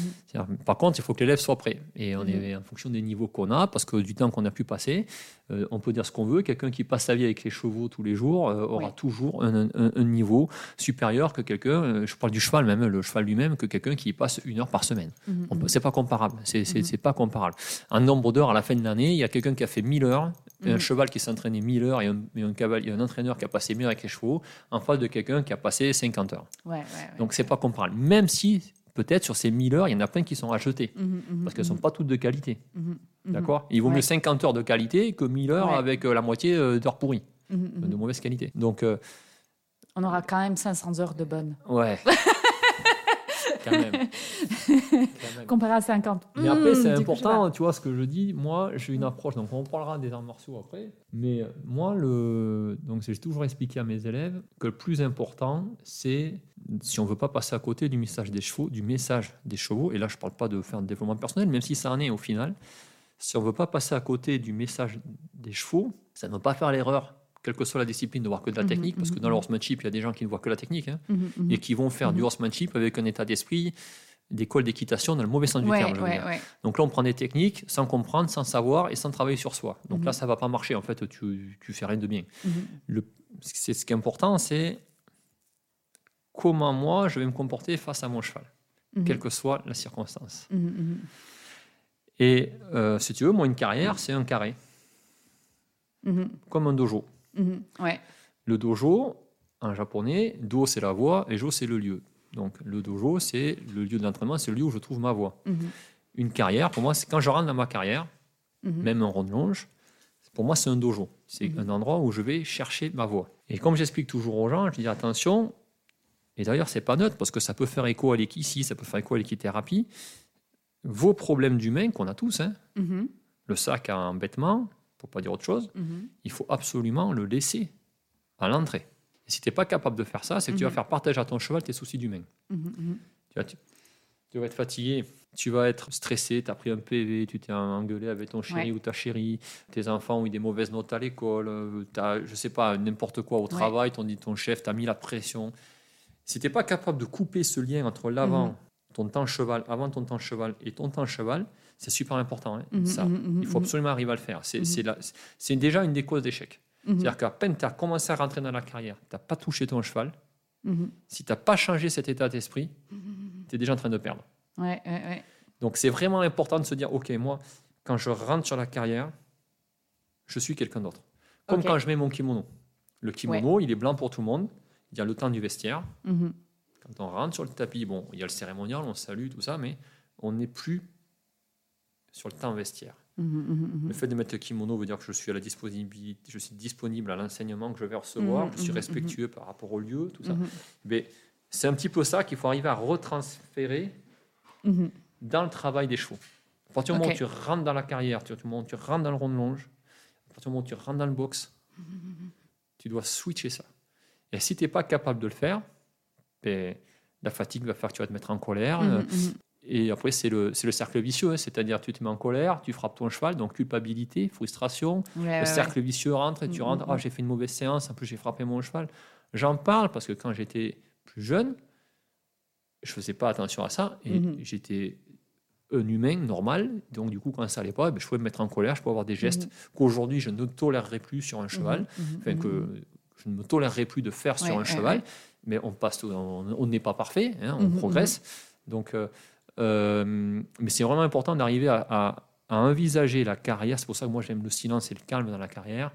Par contre, il faut que l'élève soit prêt. Et on est en fonction des niveaux qu'on a, parce que du temps qu'on a pu passer, on peut dire ce qu'on veut. Quelqu'un qui passe sa vie avec les chevaux tous les jours aura toujours un niveau supérieur que quelqu'un, je parle du cheval même, le cheval lui-même, que quelqu'un qui passe 1 heure par semaine. C'est pas comparable. C'est pas comparable. En nombre d'heures, à la fin de l'année, il y a quelqu'un qui a fait 1000 heures, un cheval qui s'est entraîné 1000 heures et un entraîneur qui a passé 1000 heures avec les chevaux, en face de quelqu'un qui a passé 50 heures. Donc, c'est pas comparable. Même si, peut-être, sur ces 1000 heures, il y en a plein qui sont rachetées. Parce qu'elles ne sont pas toutes de qualité. D'accord ? Il vaut mieux 50 heures de qualité que 1000 heures avec la moitié d'heures pourries, de mauvaise qualité. Donc, on aura quand même 500 heures de bonnes. Ouais. Quand même. Comparé à 50. Mais après, c'est important, tu vois ce que je dis. Moi, j'ai une approche, donc on parlera des arts martiaux après. Mais moi, donc j'ai toujours expliqué à mes élèves que le plus important, c'est, si on ne veut pas passer à côté du message des chevaux, et là, je ne parle pas de faire un développement personnel, même si ça en est au final, si on ne veut pas passer à côté du message des chevaux, ça ne veut pas faire l'erreur, quelle que soit la discipline, de voir que de la technique, parce que dans le horsemanship, il y a des gens qui ne voient que la technique, et qui vont faire du horsemanship avec un état d'esprit d'école d'équitation dans le mauvais sens du terme. Donc là, on prend des techniques sans comprendre, sans savoir et sans travailler sur soi. Donc là, ça ne va pas marcher. En fait, tu fais rien de bien. Ce qui est important, c'est comment moi, je vais me comporter face à mon cheval, quelle que soit la circonstance. Et si tu veux, moi, une carrière, c'est un carré. Comme un dojo. Le dojo, en japonais, do c'est la voie et jo c'est le lieu. Donc le dojo, c'est le lieu de l'entraînement, c'est le lieu où je trouve ma voie. Une carrière, pour moi, c'est quand je rentre dans ma carrière, même un rond de longe, pour moi c'est un dojo. C'est un endroit où je vais chercher ma voie. Et comme j'explique toujours aux gens, je dis attention, et d'ailleurs, c'est pas neutre parce que ça peut faire écho à l'équitie, ça peut faire écho à l'équithérapie. Vos problèmes d'humain qu'on a tous, le sac à embêtement, pour pas dire autre chose, il faut absolument le laisser à l'entrée. Et si tu n'es pas capable de faire ça, c'est que tu vas faire partager à ton cheval tes soucis d'humain. Tu vas être fatigué, tu vas être stressé, tu as pris un PV, tu t'es engueulé avec ton chéri ou ta chérie, tes enfants ont eu des mauvaises notes à l'école, je sais pas, n'importe quoi au travail, ton chef t'a mis la pression. Si tu n'es pas capable de couper ce lien entre l'avant, ton temps cheval, avant ton temps cheval et ton temps cheval, c'est super important. Il faut absolument arriver à le faire. C'est déjà une des causes d'échec. C'est-à-dire qu'à peine tu as commencé à rentrer dans la carrière, tu n'as pas touché ton cheval, si tu n'as pas changé cet état d'esprit, tu es déjà en train de perdre. Donc c'est vraiment important de se dire, ok, moi, quand je rentre sur la carrière, je suis quelqu'un d'autre. Comme quand je mets mon kimono. Le kimono, il est blanc pour tout le monde. Il y a le temps du vestiaire. Quand on rentre sur le tapis, bon, il y a le cérémonial, on salue, tout ça, mais on n'est plus sur le temps vestiaire. Le fait de mettre le kimono veut dire que je suis disponible à l'enseignement que je vais recevoir, je suis respectueux par rapport au lieu, tout ça. Mais c'est un petit peu ça qu'il faut arriver à retransférer dans le travail des chevaux. À partir du moment où tu rentres dans la carrière, à partir du moment où tu rentres dans le rond de longe, à partir du moment où tu rentres dans le box, tu dois switcher ça. Et si tu n'es pas capable de le faire, la fatigue va faire que tu vas te mettre en colère. Et après, c'est le cercle vicieux. C'est-à-dire, tu te mets en colère, tu frappes ton cheval, donc culpabilité, frustration. Le cercle vicieux rentre et tu rentres. J'ai fait une mauvaise séance, en plus j'ai frappé mon cheval. J'en parle parce que quand j'étais plus jeune, je ne faisais pas attention à ça. Et j'étais un humain normal. Donc, du coup, quand ça n'allait pas, je pouvais me mettre en colère, je pouvais avoir des gestes qu'aujourd'hui, je ne tolérerais plus sur un cheval. Que je ne me tolérerais plus de faire sur un cheval. Mais on n'est pas parfait, on progresse. Donc, mais c'est vraiment important d'arriver à envisager la carrière. C'est pour ça que moi, j'aime le silence et le calme dans la carrière.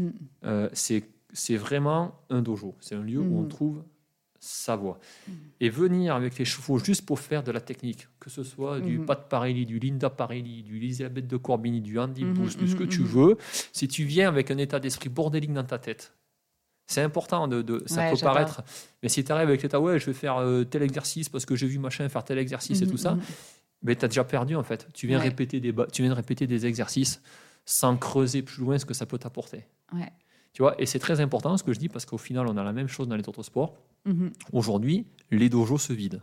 C'est vraiment un dojo. C'est un lieu où on trouve sa voie. Et venir avec les chevaux juste pour faire de la technique, que ce soit du Pat Parelli, du Linda Parelli, du Elisabeth de Corbigny, du Andy Booth, de ce que tu veux, si tu viens avec un état d'esprit bordélique dans ta tête, c'est important, ça peut paraître. Mais si tu arrives avec l'état, je vais faire tel exercice parce que j'ai vu machin faire tel exercice et tout ça, mais tu as déjà perdu en fait. Tu viens de répéter des exercices sans creuser plus loin ce que ça peut t'apporter. Tu vois, et c'est très important ce que je dis parce qu'au final, on a la même chose dans les autres sports. Aujourd'hui, les dojos se vident.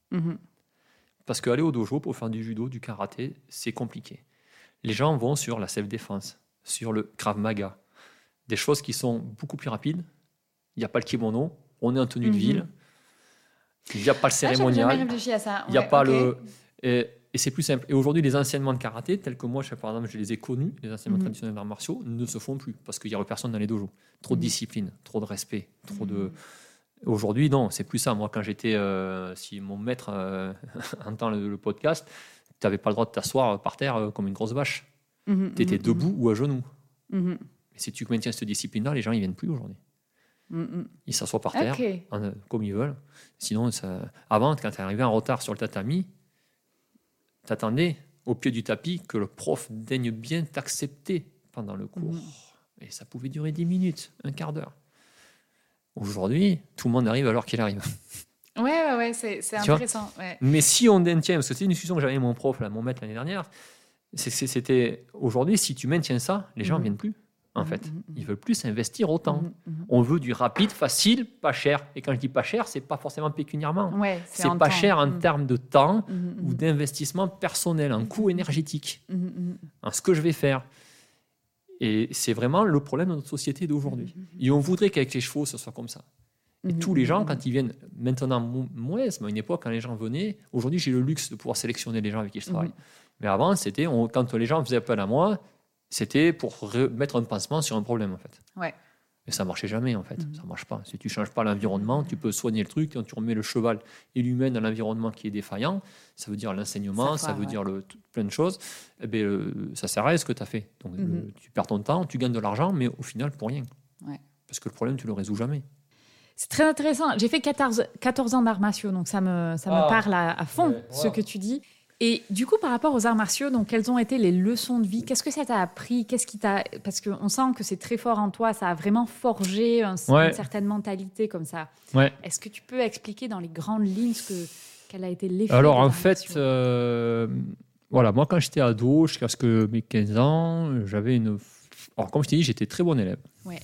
Parce qu'aller au dojo pour faire du judo, du karaté, c'est compliqué. Les gens vont sur la self-défense, sur le Krav Maga, des choses qui sont beaucoup plus rapides. Il n'y a pas le kimono, on est en tenue de ville, il n'y a pas le cérémonial, j'avais jamais réfléchi à ça. Il n'y a pas le... Et c'est plus simple. Et aujourd'hui, les enseignements de karaté, tels que moi, par exemple, je les ai connus, les enseignements traditionnels d'arts martiaux, ne se font plus parce qu'il n'y a personne dans les dojos. Trop de discipline, trop de respect, trop de... Aujourd'hui, non, c'est plus ça. Moi, quand j'étais... si mon maître entend le podcast, tu n'avais pas le droit de t'asseoir par terre comme une grosse vache. Tu étais debout ou à genoux. Et si tu maintiens cette discipline-là, les gens, ils ne viennent plus aujourd'hui. Ils s'assoient par terre, comme ils veulent. Sinon, avant, quand tu arrivais en retard sur le tatami, tu attendais au pied du tapis que le prof daigne bien t'accepter pendant le cours. Et ça pouvait durer 10 minutes, un quart d'heure. Aujourd'hui, tout le monde arrive à l'heure qu'il arrive. C'est intéressant. Mais si on maintient, parce que c'est une discussion que j'avais avec mon prof, mon maître l'année dernière, c'était aujourd'hui, si tu maintiens ça, les gens ne viennent plus. En fait, ils veulent plus investir autant. On veut du rapide, facile, pas cher. Et quand je dis pas cher, c'est pas forcément pécuniairement. C'est pas cher en termes de temps ou d'investissement personnel, en coût énergétique, en ce que je vais faire. Et c'est vraiment le problème de notre société d'aujourd'hui. Et on voudrait qu'avec les chevaux, ce soit comme ça. Et tous les gens, quand ils viennent, maintenant, moins, mais à une époque, quand les gens venaient, aujourd'hui, j'ai le luxe de pouvoir sélectionner les gens avec qui je travaille. Mais avant, c'était, quand les gens faisaient appel à moi, c'était pour mettre un pansement sur un problème, en fait. Mais ça ne marchait jamais, en fait. Ça ne marche pas. Si tu ne changes pas l'environnement, tu peux soigner le truc. Quand tu remets le cheval et l'humain dans l'environnement qui est défaillant, ça veut dire l'enseignement, ça veut dire plein de choses. Ça sert à rien ce que tu as fait. Donc, tu perds ton temps, tu gagnes de l'argent, mais au final, pour rien. Parce que le problème, tu ne le résous jamais. C'est très intéressant. J'ai fait 14 ans d'arts martiaux, donc ça me parle à fond, ce que tu dis. Et du coup, par rapport aux arts martiaux, donc, quelles ont été les leçons de vie? Qu'est-ce que ça t'a appris? Qu'est-ce qui t'a... Parce qu'on sent que c'est très fort en toi, ça a vraiment forgé une certaine mentalité comme ça. Ouais. Est-ce que tu peux expliquer dans les grandes lignes quel a été l'effet Alors, des en arts fait, martiaux? voilà, moi, quand j'étais ado, jusqu'à ce que mes 15 ans, j'avais une... Alors, comme je t'ai dit, j'étais très bon élève. Ouais.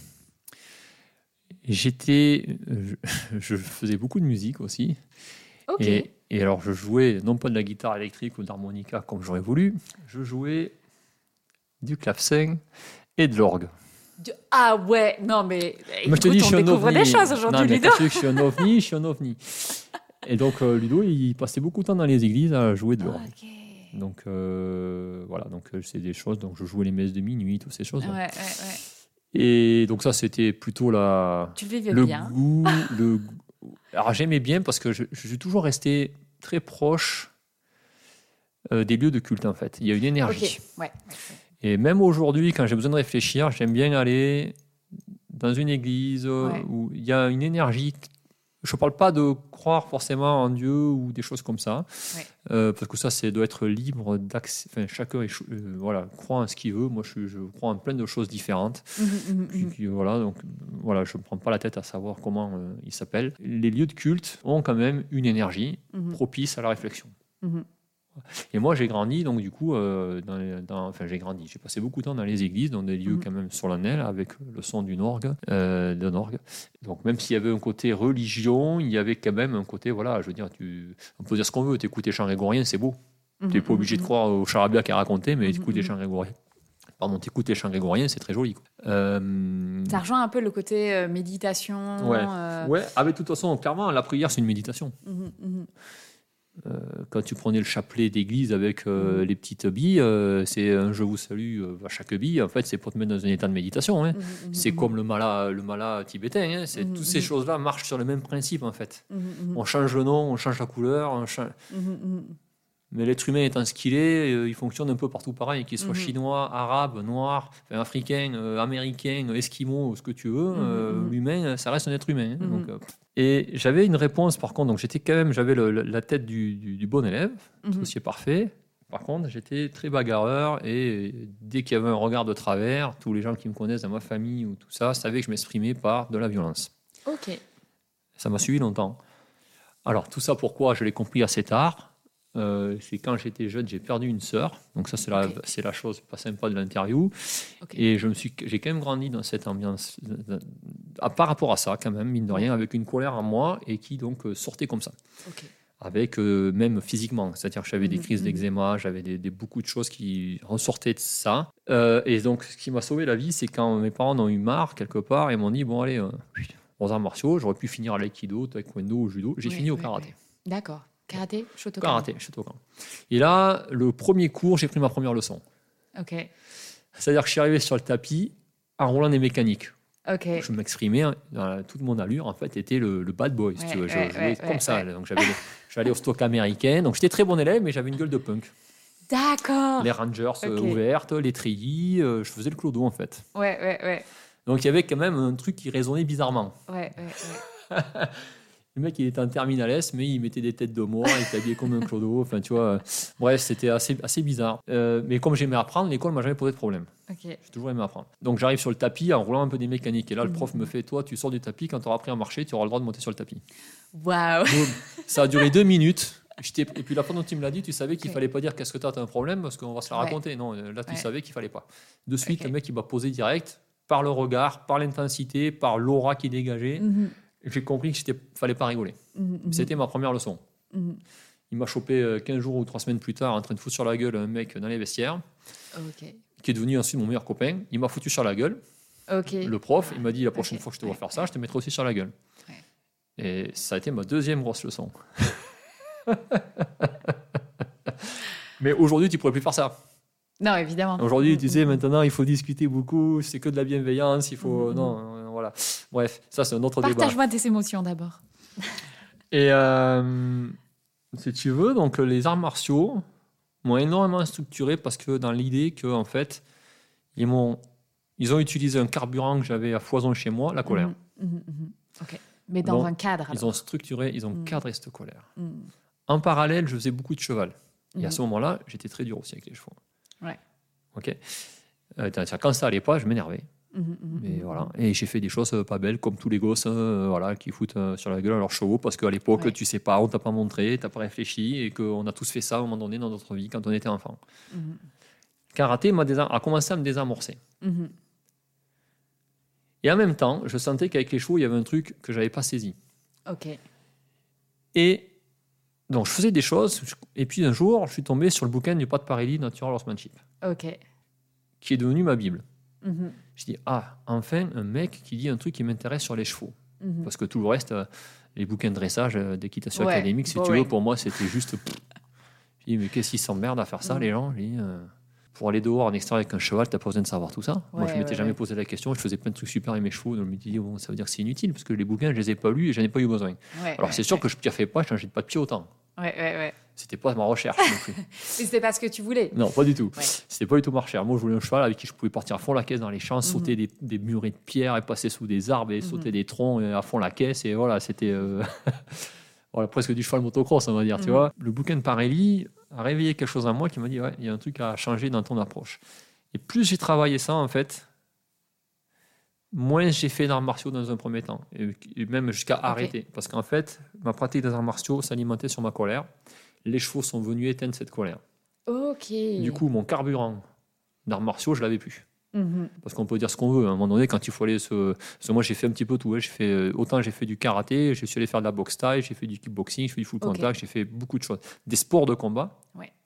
Je faisais beaucoup de musique aussi. Ok. Et alors, je jouais non pas de la guitare électrique ou d'harmonica comme j'aurais voulu, je jouais du clavecin et de l'orgue. Ah ouais, non mais Moi, je te dis, je suis un découvre ovni. des choses aujourd'hui, Non, mais Ludo. quand je dis que je suis un ovni. Et donc, Ludo, il passait beaucoup de temps dans les églises à jouer de l'orgue. Ok. Donc, voilà, donc c'est des choses, donc je jouais les messes de minuit, toutes ces choses-là. Ouais. Et donc ça, c'était plutôt Tu vivais le bien. goût. Alors j'aimais bien parce que je suis toujours resté très proche des lieux de culte, en fait. Il y a une énergie. Ok, ouais. Et même aujourd'hui, quand j'ai besoin de réfléchir, j'aime bien aller dans une église où il y a une énergie. Je ne parle pas de croire forcément en Dieu ou des choses comme ça, parce que ça, doit être libre d'accès. Enfin, chacun croit en ce qu'il veut. Moi, je crois en plein de choses différentes. Puis, voilà, donc voilà, je ne me prends pas la tête à savoir comment ils s'appellent. Les lieux de culte ont quand même une énergie propice à la réflexion. Et moi, j'ai grandi, donc du coup, j'ai grandi. J'ai passé beaucoup de temps dans les églises, dans des lieux quand même solennels, avec le son d'un orgue. Donc, même s'il y avait un côté religion, il y avait quand même un côté, voilà, je veux dire, on peut dire ce qu'on veut. T'écoutes les chants grégoriens, c'est beau. Tu n'es pas obligé de croire au charabia qui est raconté, mais t'écoutes les chants grégoriens. T'écoutes les chants grégoriens, c'est très joli. Ça rejoint un peu le côté méditation. Ouais, de toute façon, clairement, la prière, c'est une méditation. Quand tu prenais le chapelet d'église avec les petites billes, c'est un je vous salue à chaque bille. En fait, c'est pour te mettre dans un état de méditation. Hein. C'est comme le mala tibétain. Hein. Toutes ces choses-là marchent sur le même principe, en fait. On change le nom, on change la couleur. Mais l'être humain étant ce qu'il est, il fonctionne un peu partout pareil, qu'il soit chinois, arabe, noir, africain, américain, esquimau, ce que tu veux. L'humain, ça reste un être humain. Hein. Donc, et j'avais une réponse, par contre, donc j'avais la tête du bon élève, tout aussi parfait. Par contre, j'étais très bagarreur et dès qu'il y avait un regard de travers, tous les gens qui me connaissent dans ma famille ou tout ça savaient que je m'exprimais par de la violence. Ok. Ça m'a suivi longtemps. Alors, tout ça, pourquoi? Je l'ai compris assez tard. C'est quand j'étais jeune, j'ai perdu une sœur. Donc ça, c'est la chose pas sympa de l'interview. Et j'ai quand même grandi dans cette ambiance, par rapport à ça, quand même, mine de rien, avec une colère en moi et qui donc sortait comme ça. Avec même physiquement, c'est-à-dire que j'avais des crises d'eczéma, j'avais beaucoup de choses qui ressortaient de ça. Et donc, ce qui m'a sauvé la vie, c'est quand mes parents en ont eu marre quelque part et m'ont dit bon allez, aux arts martiaux, j'aurais pu finir à l'aïkido, taekwondo ou judo. J'ai fini au karaté. D'accord. Karaté, Shotokan. Karaté, Shotokan. Et là, le premier cours, j'ai pris ma première leçon. Ok. C'est-à-dire que je suis arrivé sur le tapis en roulant des mécaniques. Ok. Je m'exprimais dans toute mon allure, en fait, était le bad boy, si tu veux. Je jouais comme ça. Donc j'allais au stock américain. Donc j'étais très bon élève, mais j'avais une gueule de punk. D'accord. Les Rangers ouvertes, les treillis, je faisais le clodo, en fait. Ouais. Donc il y avait quand même un truc qui résonnait bizarrement. Ouais. Le mec, il était en terminale S, mais il mettait des têtes de mort, il était habillé comme un clodo. Enfin, tu vois, bref, c'était assez bizarre. Mais comme j'aimais apprendre, l'école m'a jamais posé de problème. J'ai toujours aimé apprendre. Donc, j'arrive sur le tapis en roulant un peu des mécaniques. Et là, le prof me fait, toi, tu sors du tapis, quand tu auras appris à marcher, tu auras le droit de monter sur le tapis. Waouh. Ça a duré 2 minutes. Et puis la fois dont tu me l'as dit, tu savais qu'il fallait pas dire qu'est-ce que tu as un problème, parce qu'on va se la raconter. Non, là, tu savais qu'il fallait pas. De suite, le mec, il m'a posé direct, par le regard, par l'intensité, par l'aura qui dégageait. J'ai compris qu'il ne fallait pas rigoler. C'était ma première leçon. Il m'a chopé 15 jours ou 3 semaines plus tard en train de foutre sur la gueule un mec dans les vestiaires, qui est devenu ensuite mon meilleur copain. Il m'a foutu sur la gueule. Le prof, il m'a dit la prochaine fois que je te vois faire ça, je te mettrai aussi sur la gueule. Et ça a été ma deuxième grosse leçon. Mais aujourd'hui, tu ne pourrais plus faire ça. Non, évidemment. Aujourd'hui, tu sais, maintenant, il faut discuter beaucoup, c'est que de la bienveillance, il faut... Non, voilà. Bref, ça, c'est un autre débat. Partage-moi tes émotions d'abord. Et si tu veux, donc les arts martiaux m'ont énormément structuré parce que dans l'idée que, en fait, ils ont utilisé un carburant que j'avais à foison chez moi, la colère. Ok. Mais dans un cadre. Ils ont structuré, ils ont cadré cette colère. En parallèle, je faisais beaucoup de cheval. Et à ce moment-là, j'étais très dur aussi avec les chevaux. Ouais. Ok. Quand ça allait pas, je m'énervais. Mais voilà. Et j'ai fait des choses pas belles, comme tous les gosses voilà, qui foutent sur la gueule à leurs chevaux, parce qu'à l'époque, tu sais pas, on t'a pas montré, t'as pas réfléchi, et qu'on a tous fait ça à un moment donné dans notre vie quand on était enfant. Karaté a commencé à me désamorcer. Et en même temps, je sentais qu'avec les chevaux, il y avait un truc que j'avais pas saisi. Ok. Et donc, je faisais des choses, et puis un jour, je suis tombé sur le bouquin du Pat Parelli, Natural Horsemanship, qui est devenu ma Bible. Je dis, enfin, un mec qui dit un truc qui m'intéresse sur les chevaux. Parce que tout le reste, les bouquins de dressage, d'équitation académique, si tu veux, pour moi, c'était juste... Je dis, mais qu'est-ce qu'ils s'emmerdent à faire ça, les gens? Je dis, pour aller dehors en extérieur avec un cheval, t'as pas besoin de savoir tout ça. Moi, je m'étais jamais posé la question. Je faisais plein de trucs super avec mes chevaux. Donc, je me dis, bon, ça veut dire que c'est inutile, parce que les bouquins, je les ai pas lus et j'en ai pas eu besoin. Alors, c'est sûr que je ne piaffais pas, je changeais pas de pied autant. C'était pas ma recherche non plus. Mais c'était pas ce que tu voulais. Non, pas du tout. C'était pas du tout ma recherche. Moi, je voulais un cheval avec qui je pouvais partir à fond la caisse dans les champs, sauter des murets de pierre et passer sous des arbres et sauter des troncs et à fond la caisse. Et voilà, c'était voilà, presque du cheval motocross, on va dire. Tu vois, le bouquin de Parelli a réveillé quelque chose en moi qui m'a dit, il y a un truc à changer dans ton approche. Et plus j'ai travaillé ça, en fait, moins j'ai fait d'arts martiaux dans un premier temps. Et même jusqu'à arrêter. Parce qu'en fait, ma pratique des arts martiaux s'alimentait sur ma colère. Les chevaux sont venus éteindre cette colère. Du coup, mon carburant d'arts martiaux, je l'avais plus. Parce qu'on peut dire ce qu'on veut. À un moment donné, quand il faut aller parce que moi, j'ai fait un petit peu tout. Autant j'ai fait du karaté, je suis allé faire de la boxe thaï, j'ai fait du kickboxing, j'ai fait du full contact, j'ai fait beaucoup de choses. Des sports de combat,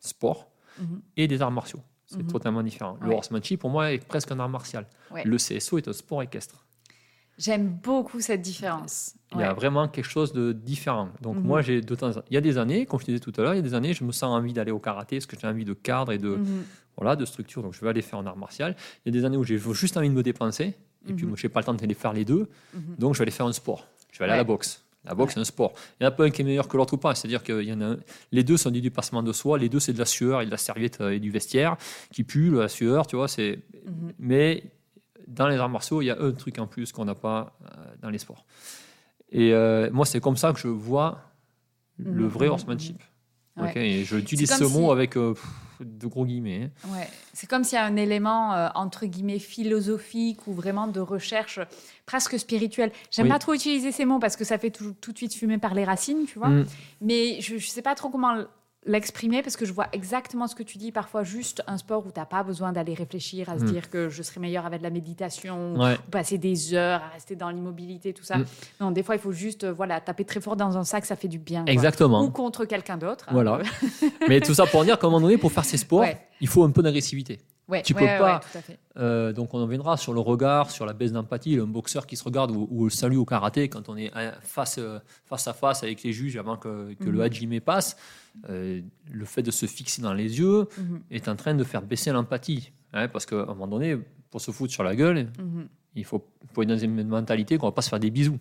et des arts martiaux. C'est totalement différent. Le horsemanship, pour moi, est presque un art martial. Le CSO est un sport équestre. J'aime beaucoup cette différence. Il y a vraiment quelque chose de différent. Donc moi, il y a des années, comme je te disais tout à l'heure, il y a des années, je me sens envie d'aller au karaté parce que j'ai envie de cadre et de structure. Donc je vais aller faire un art martial. Il y a des années où j'ai juste envie de me dépenser. Et puis, je n'ai pas le temps de les faire les deux. Donc je vais aller faire un sport. Je vais aller à la boxe. La boxe, c'est un sport. Il n'y en a pas un qui est meilleur que l'autre ou pas. C'est-à-dire que les deux sont du dépassement de soi. Les deux, c'est de la sueur et de la serviette et du vestiaire qui pue, la sueur, tu vois. Mais dans les arts martiaux, il y a un truc en plus qu'on n'a pas dans les sports. Et moi, c'est comme ça que je vois le vrai horsemanship. Et je utilise ce mot avec de gros guillemets. C'est comme s'il y a un élément, entre guillemets, philosophique ou vraiment de recherche presque spirituelle. J'aime pas trop utiliser ces mots parce que ça fait tout de suite fumer par les racines, tu vois. Mais je sais pas trop comment l'exprimer parce que je vois exactement ce que tu dis. Parfois, juste un sport où tu n'as pas besoin d'aller réfléchir à se dire que je serais meilleur avec de la méditation ou passer des heures à rester dans l'immobilité, tout ça. Non, des fois, il faut juste taper très fort dans un sac, ça fait du bien. Exactement. Ou contre quelqu'un d'autre. Voilà. Mais tout ça pour dire qu'à un moment donné, pour faire ces sports, il faut un peu d'agressivité. Tu peux pas. Tout à fait. Donc, on en viendra sur le regard, sur la baisse d'empathie. Un boxeur qui se regarde ou le salut au karaté quand on est face à face avec les juges avant que le hajime passe. Le fait de se fixer dans les yeux est en train de faire baisser l'empathie. Parce qu'à un moment donné, pour se foutre sur la gueule, il faut être dans une mentalité qu'on ne va pas se faire des bisous.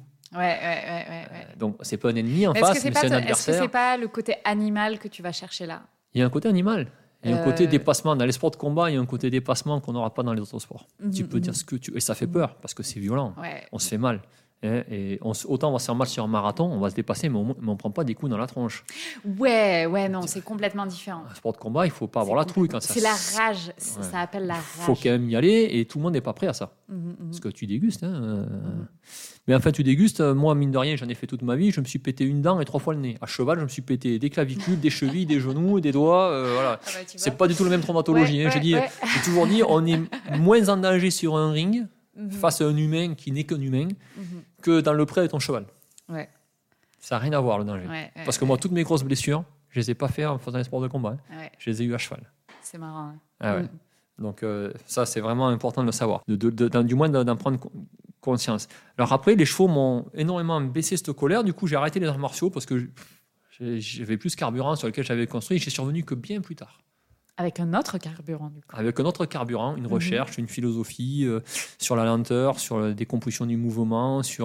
Donc, c'est pas un ennemi en face, mais c'est un adversaire. Est-ce que c'est pas le côté animal que tu vas chercher là? Il y a un côté animal. Il y a un côté dépassement. Dans les sports de combat, il y a un côté dépassement qu'on n'aura pas dans les autres sports. Tu peux dire ce que tu veux. Et ça fait peur parce que c'est violent. On se fait mal. Et autant on va se faire mal sur un marathon, on va se dépasser, mais on ne prend pas des coups dans la tronche. Non, c'est complètement différent. Un sport de combat, il ne faut pas avoir la trouille quand ça. C'est la rage. Ça appelle la rage. Il faut quand même y aller et tout le monde n'est pas prêt à ça. Parce que tu dégustes. Mais enfin, tu dégustes. Moi, mine de rien, j'en ai fait toute ma vie. Je me suis pété une dent et 3 fois le nez. À cheval, je me suis pété des clavicules, des chevilles, des genoux, des doigts. Voilà. C'est pas du tout la même traumatologie. J'ai toujours dit, on est moins en danger sur un ring face à un humain qui n'est qu'un humain que dans le pré de ton cheval. Ça n'a rien à voir, le danger. Parce que moi, toutes mes grosses blessures, je ne les ai pas faites en faisant des sports de combat. Je les ai eues à cheval. C'est marrant. Donc ça, c'est vraiment important de le savoir. Du moins, d'en prendre conscience. Alors après, les chevaux m'ont énormément baissé cette colère. Du coup, j'ai arrêté les arts martiaux parce que j'avais plus de carburant sur lequel j'avais construit. J'ai survenu que bien plus tard. Avec un autre carburant, du coup. Avec un autre carburant, une recherche, une philosophie sur la lenteur, sur la décomposition du mouvement, sur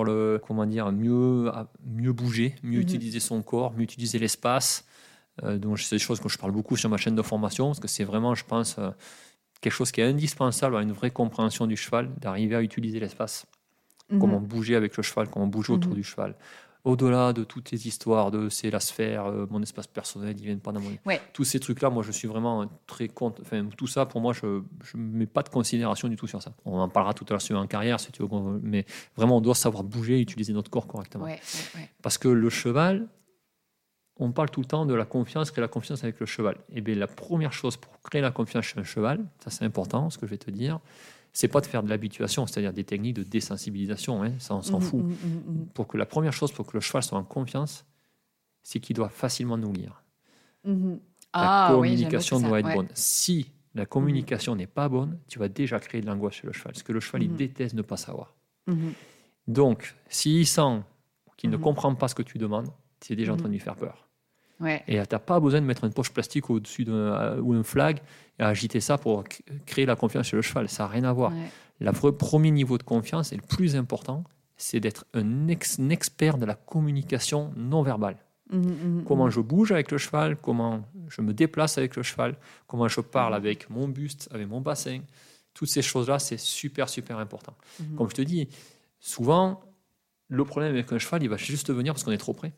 mieux bouger, mieux utiliser son corps, mieux utiliser l'espace. Donc c'est des choses que je parle beaucoup sur ma chaîne de formation parce que c'est vraiment, je pense, quelque chose qui est indispensable à une vraie compréhension du cheval, d'arriver à utiliser l'espace. Comment bouger avec le cheval, comment bouger autour du cheval. au-delà de toutes les histoires de c'est la sphère, mon espace personnel, ils viennent pas dans mon... Ouais. Tous ces trucs-là, moi, je suis vraiment très contre. Enfin, tout ça, pour moi, je ne mets pas de considération du tout sur ça. On en parlera tout à l'heure sur en carrière, si tu veux, mais vraiment, on doit savoir bouger et utiliser notre corps correctement. Ouais. Parce que le cheval, on parle tout le temps de la confiance, créer la confiance avec le cheval. Et bien, la première chose pour créer la confiance chez un cheval, ça c'est important, ce que je vais te dire, c'est pas de faire de l'habituation, c'est-à-dire des techniques de désensibilisation, hein, ça on s'en fout. Pour que la première chose, pour que le cheval soit en confiance, c'est qu'il doit facilement nous lire. La communication doit être bonne. Si la communication n'est pas bonne, tu vas déjà créer de l'angoisse chez le cheval, parce que le cheval, il déteste ne pas savoir. Donc, s'il sent qu'il ne comprend pas ce que tu demandes, tu es déjà en train de lui faire peur. Ouais. Et tu n'as pas besoin de mettre une poche plastique au-dessus ou un flag et agiter ça pour créer la confiance chez le cheval. Ça n'a rien à voir. Ouais. Le premier niveau de confiance, et le plus important, c'est d'être un expert de la communication non verbale. Comment je bouge avec le cheval, comment je me déplace avec le cheval, comment je parle avec mon buste, avec mon bassin. Toutes ces choses-là, c'est super, super important. Comme je te dis, souvent, le problème avec un cheval, il va juste venir parce qu'on est trop près.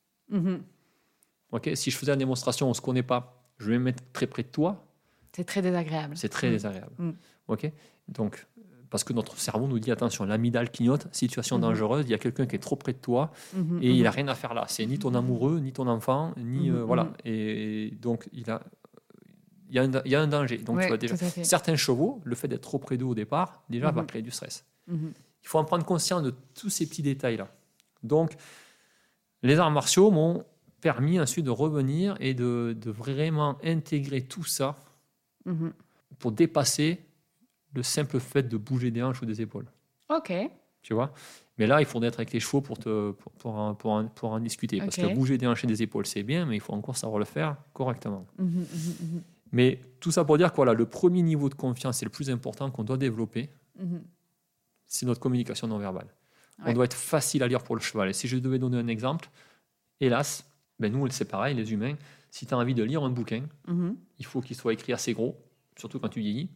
Okay, si je faisais la démonstration, on ne se connaît pas, je vais me mettre très près de toi. C'est très désagréable. C'est très désagréable. Okay, donc, parce que notre cerveau nous dit attention, l'amygdale clignote, situation dangereuse, il y a quelqu'un qui est trop près de toi et il n'a rien à faire là. C'est ni ton amoureux, ni ton enfant, ni. Voilà. Et donc, il y a un danger. Donc, tu vois déjà, certains chevaux, le fait d'être trop près d'eux au départ, déjà, va créer du stress. Il faut en prendre conscience de tous ces petits détails-là. Donc, les arts martiaux m'ont permis ensuite de revenir et de vraiment intégrer tout ça pour dépasser le simple fait de bouger des hanches ou des épaules. Ok. Tu vois ? Mais là, il faudrait être avec les chevaux pour en discuter. Parce que bouger des hanches et des épaules, c'est bien, mais il faut encore savoir le faire correctement. Mais tout ça pour dire que voilà, le premier niveau de confiance, c'est le plus important qu'on doit développer. C'est notre communication non verbale. On doit être facile à lire pour le cheval. Et si je devais donner un exemple, hélas, ben nous, c'est pareil, les humains, si tu as envie de lire un bouquin, il faut qu'il soit écrit assez gros, surtout quand tu vieillis,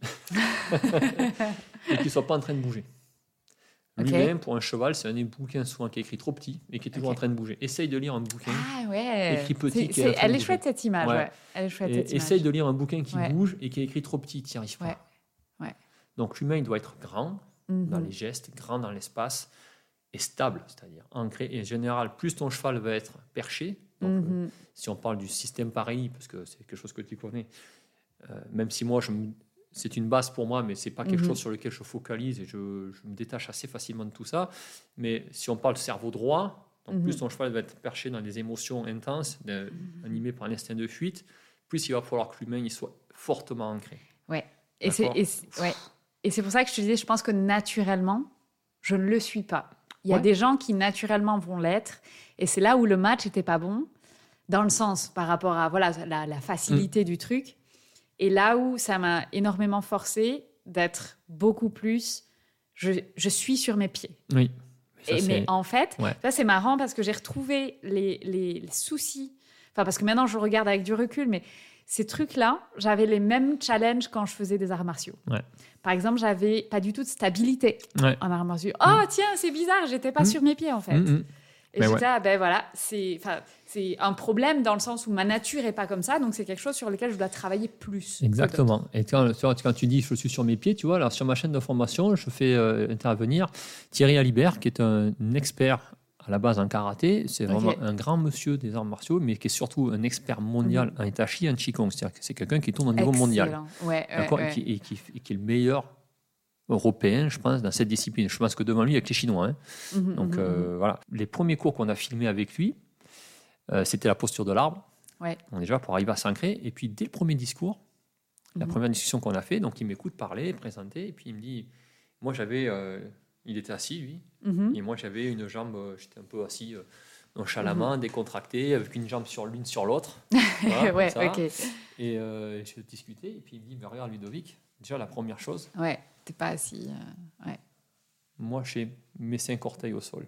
et qu'il ne soit pas en train de bouger. Lui-même, pour un cheval, c'est un bouquin souvent qui est écrit trop petit et qui est toujours en train de bouger. Essaye de lire un bouquin écrit petit. Elle est chouette cette image. Elle est chouette, cette image. Essaye de lire un bouquin qui bouge et qui est écrit trop petit, tu n'y arrives pas. Donc l'humain, il doit être grand dans les gestes, grand dans l'espace et stable, c'est-à-dire ancré. Et en général, plus ton cheval va être perché, donc, si on parle du système Pareilly, parce que c'est quelque chose que tu connais, même si moi, c'est une base pour moi, mais ce n'est pas quelque chose sur lequel je focalise et je me détache assez facilement de tout ça. Mais si on parle de cerveau droit, donc plus ton cheval va être perché dans des émotions intenses, animé par l'instinct de fuite, plus il va falloir que l'humain il soit fortement ancré. Ouais. Et c'est pour ça que je te disais, je pense que naturellement, je ne le suis pas. Il y a des gens qui naturellement vont l'être, et c'est là où le match n'était pas bon, dans le sens par rapport à la facilité du truc, et là où ça m'a énormément forcé d'être beaucoup plus... Je suis sur mes pieds. Oui. Mais en fait, ça c'est marrant parce que j'ai retrouvé les soucis, parce que maintenant je regarde avec du recul, mais ces trucs-là, j'avais les mêmes challenges quand je faisais des arts martiaux. Par exemple, j'avais pas du tout de stabilité en arts martiaux. Oh tiens, c'est bizarre, j'étais pas sur mes pieds en fait. Et j'étais c'est un problème dans le sens où ma nature est pas comme ça, donc c'est quelque chose sur lequel je dois travailler plus. Exactement. Et quand tu dis je suis sur mes pieds, tu vois, alors sur ma chaîne de formation, je fais intervenir Thierry Alibert, qui est un expert à la base en karaté. C'est vraiment un grand monsieur des arts martiaux, mais qui est surtout un expert mondial en itachi et en qigong. C'est-à-dire que c'est quelqu'un qui tourne au niveau mondial. Et qui est le meilleur européen, je pense, dans cette discipline. Je pense que devant lui, il y a que les Chinois. Donc voilà. Les premiers cours qu'on a filmés avec lui, c'était la posture de l'arbre. Donc, déjà, pour arriver à s'ancrer. Et puis, dès le premier discours, la première discussion qu'on a fait, donc il m'écoute parler, présenter, et puis il me dit, moi j'avais... il était assis, lui, et moi j'avais une jambe, j'étais un peu assis nonchalamment, décontracté, avec une jambe sur l'une sur l'autre. Voilà, Et je discutais, et puis il me dit, mais regarde Ludovic, déjà la première chose... t'es pas assis. Moi j'ai mes 5 orteils au sol.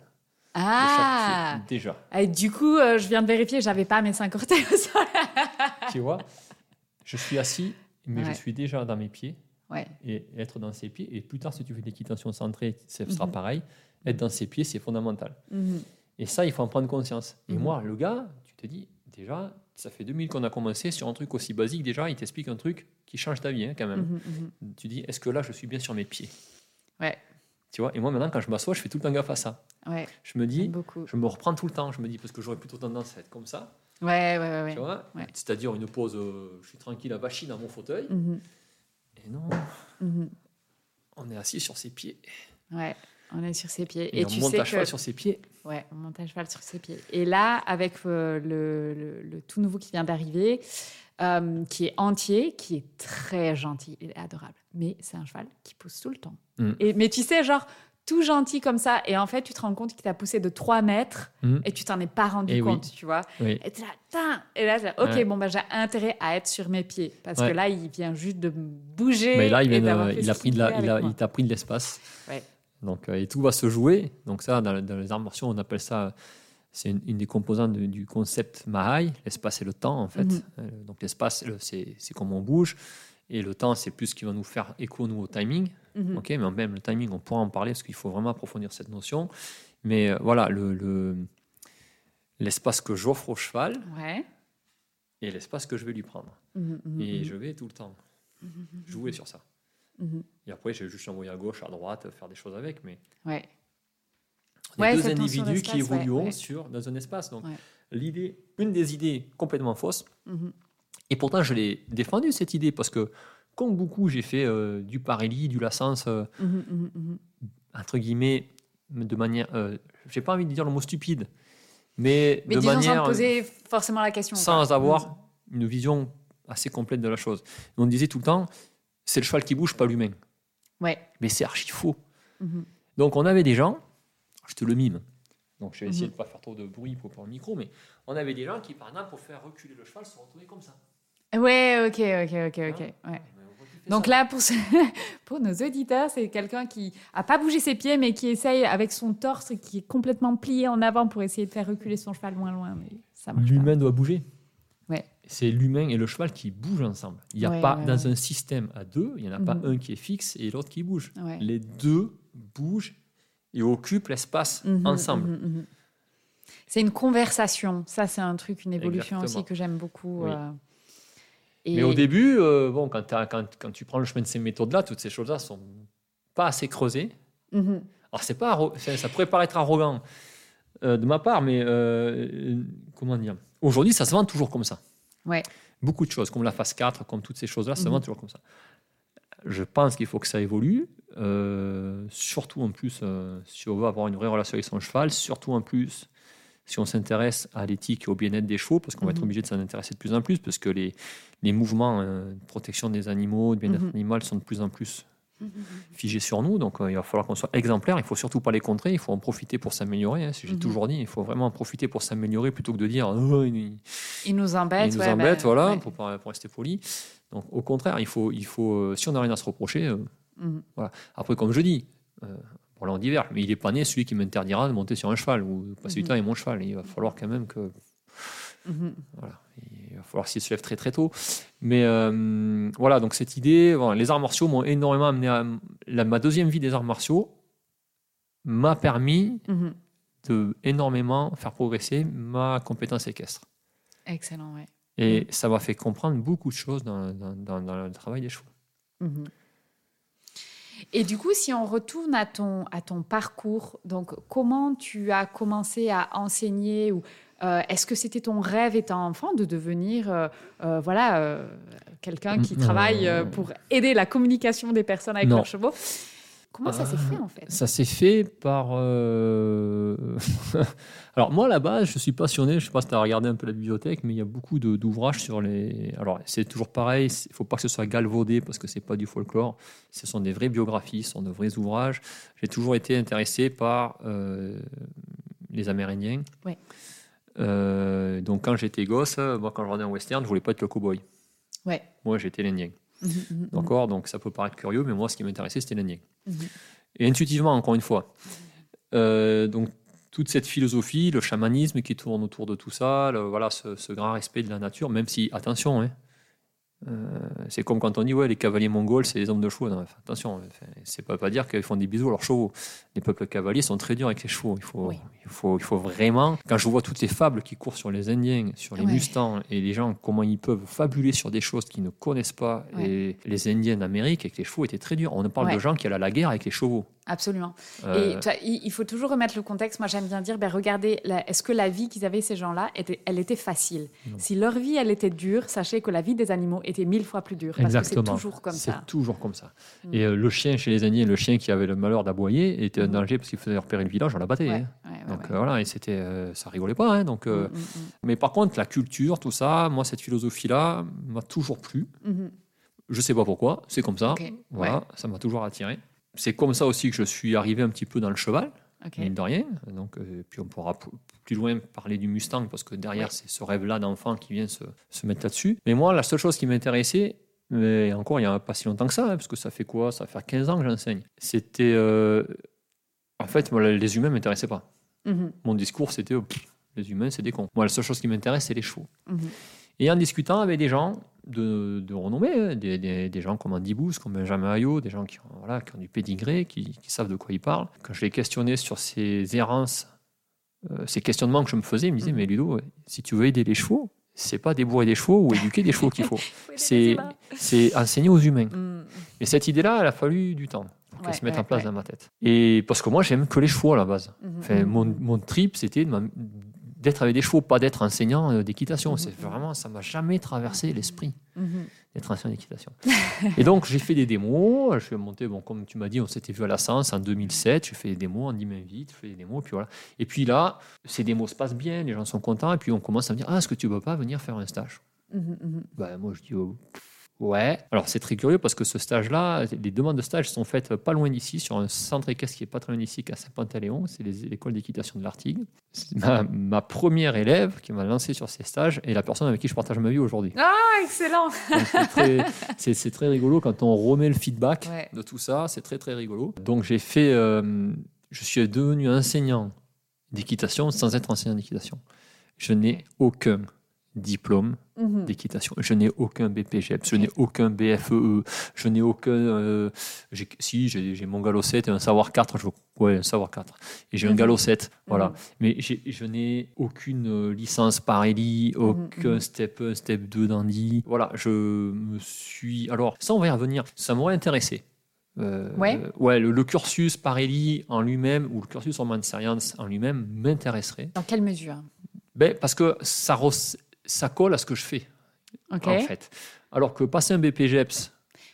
Ah, pied, déjà. Et du coup, je viens de vérifier, j'avais pas mes 5 orteils au sol. Tu vois, je suis assis, mais je suis déjà dans mes pieds. Et être dans ses pieds. Et plus tard, si tu fais de l'équitation centrée, ce sera pareil. Être dans ses pieds, c'est fondamental. Et ça, il faut en prendre conscience. Et moi, le gars, tu te dis, déjà, ça fait 2000 qu'on a commencé sur un truc aussi basique. Déjà, il t'explique un truc qui change ta vie, quand même. Tu dis, est-ce que là, je suis bien sur mes pieds? Ouais. Tu vois, et moi, maintenant, quand je m'assois, je fais tout le temps gaffe à ça. Ouais. Je me dis, je me reprends tout le temps. Je me dis, parce que j'aurais plutôt tendance à être comme ça. Ouais. Tu vois, c'est-à-dire une pause, je suis tranquille à Vachy dans mon fauteuil. Et non, on est assis sur ses pieds. Ouais, on est sur ses pieds. Et on monte à cheval sur ses pieds. Ouais, on monte à cheval sur ses pieds. Et là, avec le tout nouveau qui vient d'arriver, qui est entier, qui est très gentil, il est adorable. Mais c'est un cheval qui pousse tout le temps. Mais tu sais, genre, tout gentil comme ça, et en fait, tu te rends compte qu'il t'a poussé de 3 mètres et tu t'en es pas rendu compte, tu vois. Et tu là, ok, bon, bah, j'ai intérêt à être sur mes pieds parce que là, il vient juste de bouger. Mais là, il t'a pris de l'espace. Ouais. Donc, et tout va se jouer. Donc, ça, dans les arts martiaux, on appelle ça, c'est une des composantes du concept Mahai, l'espace et le temps, en fait. Donc, l'espace, c'est comment on bouge. Et le temps, c'est plus ce qui va nous faire écho, nous, au timing. Okay, mais même le timing, on pourra en parler parce qu'il faut vraiment approfondir cette notion. Mais voilà, l'espace que j'offre au cheval et l'espace que je vais lui prendre. Et je vais tout le temps jouer sur ça. Et après, j'ai juste envoyé à gauche, à droite, faire des choses avec. Mais on est deux individus qui évoluent dans un espace. Donc, une des idées complètement fausses. Et pourtant, je l'ai défendue, cette idée, parce que comme beaucoup, j'ai fait du Paréli, du Lassens, entre guillemets, de manière... j'ai pas envie de dire le mot stupide, mais de manière... sans poser forcément la question. Sans avoir une vision assez complète de la chose. On disait tout le temps, c'est le cheval qui bouge, pas l'humain. Ouais. Mais c'est archi faux. Donc, on avait des gens, je te le mime, donc je vais essayer de ne pas faire trop de bruit pour le micro, mais on avait des gens qui, par exemple, pour faire reculer le cheval, se retrouvaient comme ça. Ouais, ok. Ouais. Donc là, pour nos auditeurs, c'est quelqu'un qui n'a pas bougé ses pieds, mais qui essaye avec son torse qui est complètement plié en avant pour essayer de faire reculer son cheval loin. Mais ça marche L'humain pas. doit bouger. Ouais. C'est l'humain et le cheval qui bougent ensemble. Il n'y a pas, dans un système à deux, il n'y en a pas un qui est fixe et l'autre qui bouge. Ouais. Les deux bougent et occupent l'espace ensemble. C'est une conversation. Ça, c'est un truc, une évolution aussi que j'aime beaucoup. Oui. Mais au début, quand tu prends le chemin de ces méthodes-là, toutes ces choses-là sont pas assez creusées. Alors, ça pourrait paraître arrogant de ma part, mais comment dire ? Aujourd'hui, ça se vend toujours comme ça. Ouais. Beaucoup de choses, comme la phase 4, comme toutes ces choses-là, ça se vend toujours comme ça. Je pense qu'il faut que ça évolue, surtout en plus, si on veut avoir une vraie relation avec son cheval, surtout en plus, si on s'intéresse à l'éthique et au bien-être des chevaux, parce qu'on va être obligé de s'en intéresser de plus en plus, parce que les mouvements de protection des animaux, de bien-être animal sont de plus en plus figés sur nous. Donc, il va falloir qu'on soit exemplaire. Il ne faut surtout pas les contrer. Il faut en profiter pour s'améliorer. J'ai toujours dit, il faut vraiment en profiter pour s'améliorer plutôt que de dire il nous embête. Pour rester poli. Donc, au contraire, il faut si on n'a rien à se reprocher, voilà. Après, comme je dis, là on divers, mais il n'est pas né celui qui m'interdira de monter sur un cheval ou de passer du temps avec mon cheval. Il va falloir quand même que... Voilà, il va falloir s'il se lève très très tôt. Mais voilà, donc cette idée, les arts martiaux m'ont énormément amené à... ma deuxième vie des arts martiaux m'a permis de énormément faire progresser ma compétence équestre. Excellent, ouais. Et ça m'a fait comprendre beaucoup de choses dans le travail des chevaux. Et du coup, si on retourne à ton parcours, donc comment tu as commencé à enseigner ou est-ce que c'était ton rêve étant enfant de devenir quelqu'un qui travaille pour aider la communication des personnes avec leurs chevaux ? Comment ça s'est fait en fait ? Ça s'est fait par... Alors moi à la base, je suis passionné, je ne sais pas si tu as regardé un peu la bibliothèque, mais il y a beaucoup d'ouvrages sur les... Alors c'est toujours pareil, il ne faut pas que ce soit galvaudé parce que ce n'est pas du folklore, ce sont des vraies biographies, ce sont de vrais ouvrages. J'ai toujours été intéressé par les Amérindiens. Ouais. Donc quand j'étais gosse, moi quand je regardais en western, je ne voulais pas être le cow-boy. Ouais. Moi j'étais l'Indien. D'accord, donc ça peut paraître curieux, mais moi ce qui m'intéressait c'était l'Indien. Et intuitivement, encore une fois, donc toute cette philosophie, le chamanisme qui tourne autour de tout ça, ce grand respect de la nature, même si, attention, C'est comme quand on dit les cavaliers mongols, c'est les hommes de chevaux. Non, attention, c'est pas dire qu'ils font des bisous à leurs chevaux. Les peuples cavaliers sont très durs avec les chevaux. Il faut vraiment. Quand je vois toutes les fables qui courent sur les Indiens, sur les Mustangs et les gens, comment ils peuvent fabuler sur des choses qu'ils ne connaissent pas. Et les Indiens d'Amérique avec les chevaux étaient très durs. On parle de gens qui allaient à la guerre avec les chevaux. Absolument. Et il faut toujours remettre le contexte. Moi, j'aime bien dire, regardez, est-ce que la vie qu'ils avaient, ces gens-là, elle était facile? Non. Si leur vie, elle était dure, sachez que la vie des animaux était 1000 fois plus dure. Exactement. Parce que c'est toujours comme ça. C'est toujours comme ça. Et le chien, chez les Indiens, le chien qui avait le malheur d'aboyer était un danger parce qu'il faisait repérer le village, on l'abattait. Donc voilà, et c'était, ça rigolait pas. Hein, donc, mais par contre, la culture, tout ça, moi, cette philosophie-là m'a toujours plu. Je sais pas pourquoi, c'est comme ça. Voilà, ça m'a toujours attiré. C'est comme ça aussi que je suis arrivé un petit peu dans le cheval, mine de rien. Donc, puis on pourra plus loin parler du Mustang, parce que derrière, c'est ce rêve-là d'enfant qui vient se mettre là-dessus. Mais moi, la seule chose qui m'intéressait, mais encore il n'y a pas si longtemps que ça, parce que ça fait quoi? Ça fait 15 ans que j'enseigne. C'était... en fait, moi, les humains ne m'intéressaient pas. Mon discours, c'était les humains, c'est des cons. Moi, la seule chose qui m'intéresse, c'est les chevaux. Et en discutant avec des gens de renommée, des gens comme Andy Booth, comme Benjamin Ayot, des gens qui ont du pédigré, qui savent de quoi ils parlent. Quand je les questionnais sur ces errances, ces questionnements que je me faisais, ils me disaient, mais Ludo, si tu veux aider les chevaux, c'est pas débourrer des chevaux ou éduquer des chevaux qu'il faut. C'est enseigner aux humains. Et cette idée-là, elle a fallu du temps pour qu'elle se mette en place dans ma tête. Et parce que moi, j'aime que les chevaux à la base. Mon trip, c'était d'être avec des chevaux, pas d'être enseignant d'équitation. C'est vraiment, ça m'a jamais traversé l'esprit d'être enseignant d'équitation. Et donc, j'ai fait des démos. Je suis monté, comme tu m'as dit, on s'était vu à la Sens en 2007. J'ai fait des démos, Andy m'invite, je fais des démos, puis voilà. Et puis là, ces démos se passent bien, les gens sont contents, et puis on commence à me dire, est-ce que tu veux pas venir faire un stage? Moi, je dis, ouais. Alors, c'est très curieux parce que ce stage-là, les demandes de stage sont faites pas loin d'ici, sur un centre équestre qui est pas très loin d'ici, à Saint-Pantaléon. C'est l'école d'équitation de l'Artigue. C'est ma première élève qui m'a lancé sur ces stages et la personne avec qui je partage ma vie aujourd'hui. Ah, excellent! C'est très rigolo quand on remet le feedback de tout ça. C'est très, très rigolo. Donc, j'ai fait... je suis devenu enseignant d'équitation sans être enseignant d'équitation. Je n'ai aucun diplôme d'équitation. Je n'ai aucun BPGEPS, je n'ai aucun BFEE, je n'ai aucun... j'ai mon galop 7 et un savoir 4. Un savoir 4. Et j'ai un galop 7, voilà. Mais je n'ai aucune licence Parelli, aucun step 1, step 2 d'Andy. Voilà, je me suis... Alors, ça, on va y revenir. Ça m'aurait intéressé. Le cursus Parelli en lui-même, ou le cursus en Science en lui-même, m'intéresserait. Dans quelle mesure? Parce que ça colle à ce que je fais, en fait. Alors que passer un BPGEPS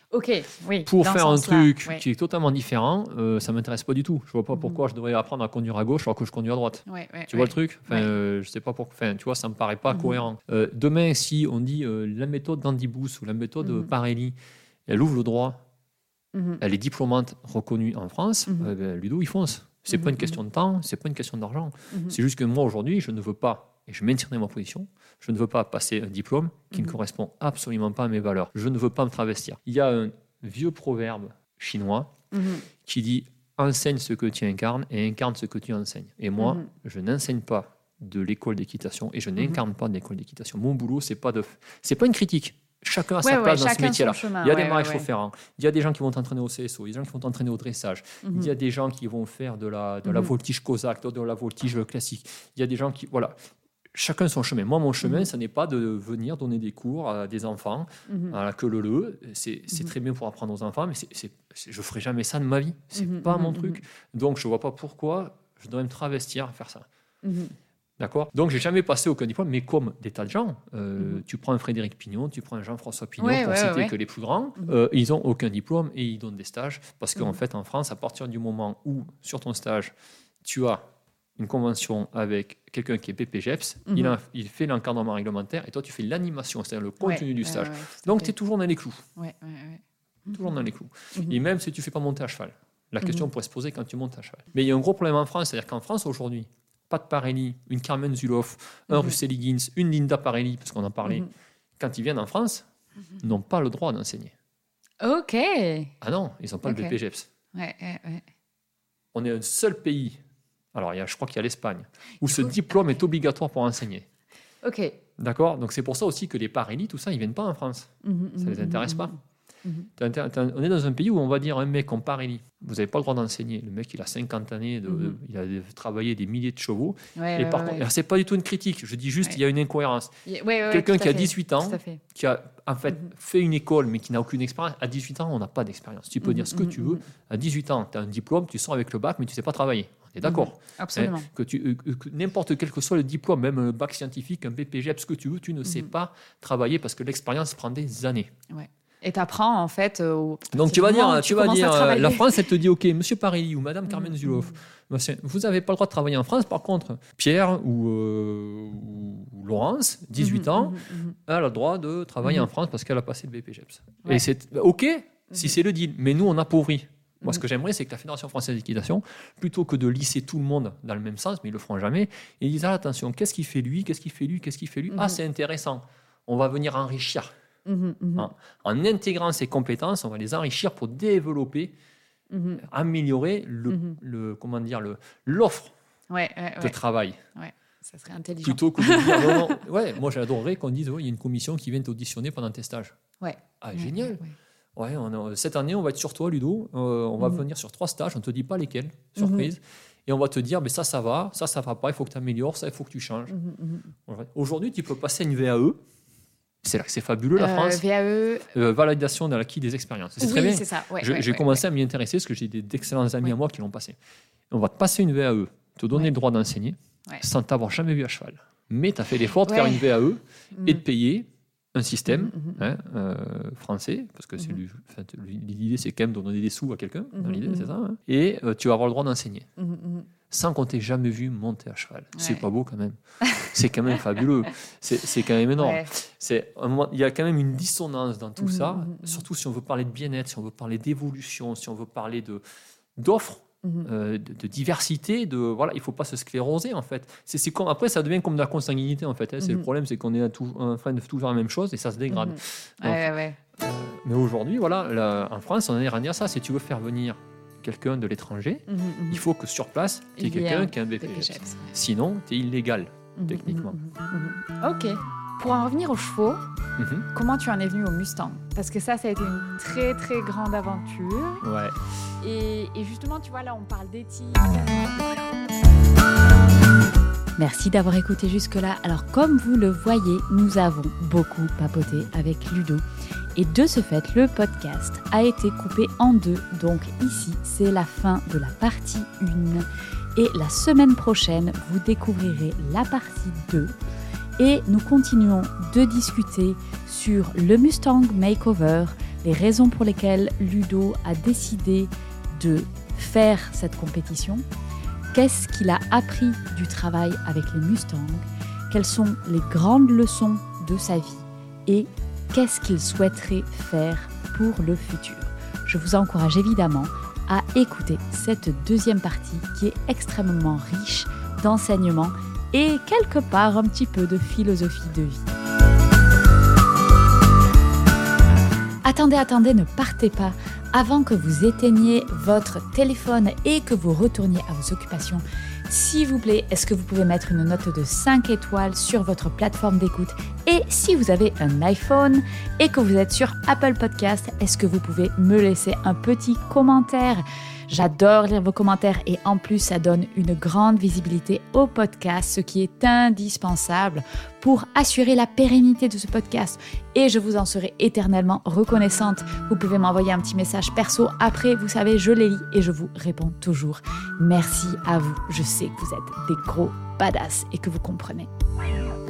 pour faire un truc qui est totalement différent, ça ne m'intéresse pas du tout. Je ne vois pas pourquoi je devrais apprendre à conduire à gauche alors que je conduis à droite. Tu vois le truc? Je ne sais pas pourquoi. Tu vois, ça ne me paraît pas cohérent. Demain, si on dit la méthode d'Andy Booth ou la méthode Parelli, elle ouvre le droit, elle est diplômante reconnue en France, Ludo, il fonce. Ce n'est pas une question de temps, ce n'est pas une question d'argent. C'est juste que moi, aujourd'hui, je ne veux pas, et je maintiendrai ma position, je ne veux pas passer un diplôme qui ne correspond absolument pas à mes valeurs. Je ne veux pas me travestir. Il y a un vieux proverbe chinois qui dit « enseigne ce que tu incarnes et incarne ce que tu enseignes ». Et moi, je n'enseigne pas de l'école d'équitation et je n'incarne pas de l'école d'équitation. Mon boulot, c'est pas une critique. Chacun a sa place dans ce métier-là. Il y a des maréchaux ferrants, il y a des gens qui vont t'entraîner au CSO, il y a des gens qui vont t'entraîner au dressage, il y a des gens qui vont faire de la voltige cosaque, de la voltige classique. Il y a des gens qui... Voilà. Chacun son chemin. Moi, mon chemin, ça n'est pas de venir donner des cours à des enfants à la queue leu. C'est très bien pour apprendre aux enfants, mais je ne ferai jamais ça de ma vie. Ce n'est pas mon truc. Donc, je ne vois pas pourquoi je devrais me travestir à faire ça. D'accord? Donc, je n'ai jamais passé aucun diplôme, mais comme des tas de gens, tu prends un Frédéric Pignon, tu prends un Jean-François Pignon, pour citer que les plus grands, ils n'ont aucun diplôme et ils donnent des stages. Parce qu'en fait, en France, à partir du moment où, sur ton stage, tu as une convention avec quelqu'un qui est BPGEPS, il fait l'encadrement réglementaire et toi, tu fais l'animation, c'est-à-dire le contenu du stage. Donc, tu es toujours dans les clous. Toujours dans les clous. Et même si tu ne fais pas monter à cheval, la question pourrait se poser quand tu montes à cheval. Mais il y a un gros problème en France, c'est-à-dire qu'en France, aujourd'hui, pas de Parelli, une Carmen Zuloff, un Russell Higgins, une Linda Parelli, parce qu'on en parlait, quand ils viennent en France, n'ont pas le droit d'enseigner. Ok. Ah non, ils n'ont pas le BPGEPS. On est un seul pays, alors je crois qu'il y a l'Espagne, où ce diplôme est obligatoire pour enseigner. Ok. D'accord ? Donc, c'est pour ça aussi que les Parelli, tout ça, ils ne viennent pas en France. Ça ne les intéresse pas. On est dans un pays où on va dire à un mec en Parelli, vous n'avez pas le droit d'enseigner. Le mec, il a 50 années, il a travaillé des milliers de chevaux. Et par contre, c'est pas du tout une critique. Je dis juste qu'il y a une incohérence. Quelqu'un qui a 18 ans, qui a en fait fait une école, mais qui n'a aucune expérience. À 18 ans, on n'a pas d'expérience. Tu peux dire ce que tu veux. À 18 ans, tu as un diplôme, tu sors avec le bac, mais tu ne sais pas travailler. On est d'accord. Absolument. Que n'importe quel que soit le diplôme, même un bac scientifique, un BPGEP, ce que tu veux, tu ne sais pas travailler parce que l'expérience prend des années. Et tu apprends en fait. Donc tu vas dire, la France, elle te dit, ok, Monsieur Parelli ou Madame Carmen Zuloff, vous n'avez pas le droit de travailler en France. Par contre, Pierre ou Laurence, 18 ans, elle a le droit de travailler en France parce qu'elle a passé le BPGEPS. Et c'est ok si c'est le deal, mais nous on appauvrit. Moi, ce que j'aimerais, c'est que la Fédération française d'équitation, plutôt que de lisser tout le monde dans le même sens, mais ils le feront jamais, ils disent attention, qu'est-ce qu'il fait lui, qu'est-ce qu'il fait lui, qu'est-ce qu'il fait lui. Ah, c'est intéressant. On va venir enrichir. En intégrant ces compétences, on va les enrichir pour développer, améliorer l'offre de travail. Ça serait intelligent. Plutôt que de dire non. Moi j'adorerais qu'on dise il y a une commission qui vient t'auditionner pendant tes stages. Génial. Cette année, on va être sur toi, Ludo. On va venir sur 3 stages. On ne te dit pas lesquels, surprise. Et on va te dire ça va pas, il faut que tu améliores, ça, il faut que tu changes. Aujourd'hui, tu peux passer une VAE. C'est là que c'est fabuleux, la France. VAE. Validation de l'acquis des expériences. C'est très bien. C'est ça. J'ai commencé à m'y intéresser parce que j'ai d'excellents amis à moi qui l'ont passé. On va te passer une VAE, te donner le droit d'enseigner sans t'avoir jamais vu à cheval. Mais tu as fait l'effort de faire une VAE et de payer un système français, parce que l'idée, c'est quand même de donner des sous à quelqu'un. Dans l'idée, c'est ça. Et tu vas avoir le droit d'enseigner. Sans qu'on t'ait jamais vu monter à cheval. C'est pas beau quand même. C'est quand même fabuleux. C'est quand même énorme. Il y a quand même une dissonance dans tout ça, surtout si on veut parler de bien-être, si on veut parler d'évolution, si on veut parler d'offres, de diversité. Il ne faut pas se scléroser en fait. Après, ça devient comme de la consanguinité en fait. C'est le problème, c'est qu'on est en train de tout faire la même chose et ça se dégrade. Mais aujourd'hui, en France, on est à ça. Si tu veux faire venir quelqu'un de l'étranger, il faut que sur place, tu aies quelqu'un qui a un BPGEPS. Sinon, tu es illégal, techniquement. Ok. Pour en revenir aux chevaux, comment tu en es venu au Mustang ? Parce que ça a été une très très grande aventure. Et justement, tu vois, là, on parle d'éthique. Merci d'avoir écouté jusque-là. Alors, comme vous le voyez, nous avons beaucoup papoté avec Ludo. Et de ce fait, le podcast a été coupé en 2. Donc ici, c'est la fin de la partie 1. Et la semaine prochaine, vous découvrirez la partie 2. Et nous continuons de discuter sur le Mustang Makeover, les raisons pour lesquelles Ludo a décidé de faire cette compétition, qu'est-ce qu'il a appris du travail avec les Mustangs, quelles sont les grandes leçons de sa vie et qu'est-ce qu'il souhaiterait faire pour le futur. Je vous encourage évidemment à écouter cette deuxième partie qui est extrêmement riche d'enseignements et quelque part un petit peu de philosophie de vie. Attendez, ne partez pas. Avant que vous éteigniez votre téléphone et que vous retourniez à vos occupations, s'il vous plaît, est-ce que vous pouvez mettre une note de 5 étoiles sur votre plateforme d'écoute ? Et si vous avez un iPhone et que vous êtes sur Apple Podcast, est-ce que vous pouvez me laisser un petit commentaire ? J'adore lire vos commentaires et en plus, ça donne une grande visibilité au podcast, ce qui est indispensable pour assurer la pérennité de ce podcast. Et je vous en serai éternellement reconnaissante. Vous pouvez m'envoyer un petit message perso. Après, vous savez, je les lis et je vous réponds toujours. Merci à vous. Je sais que vous êtes des gros badass et que vous comprenez.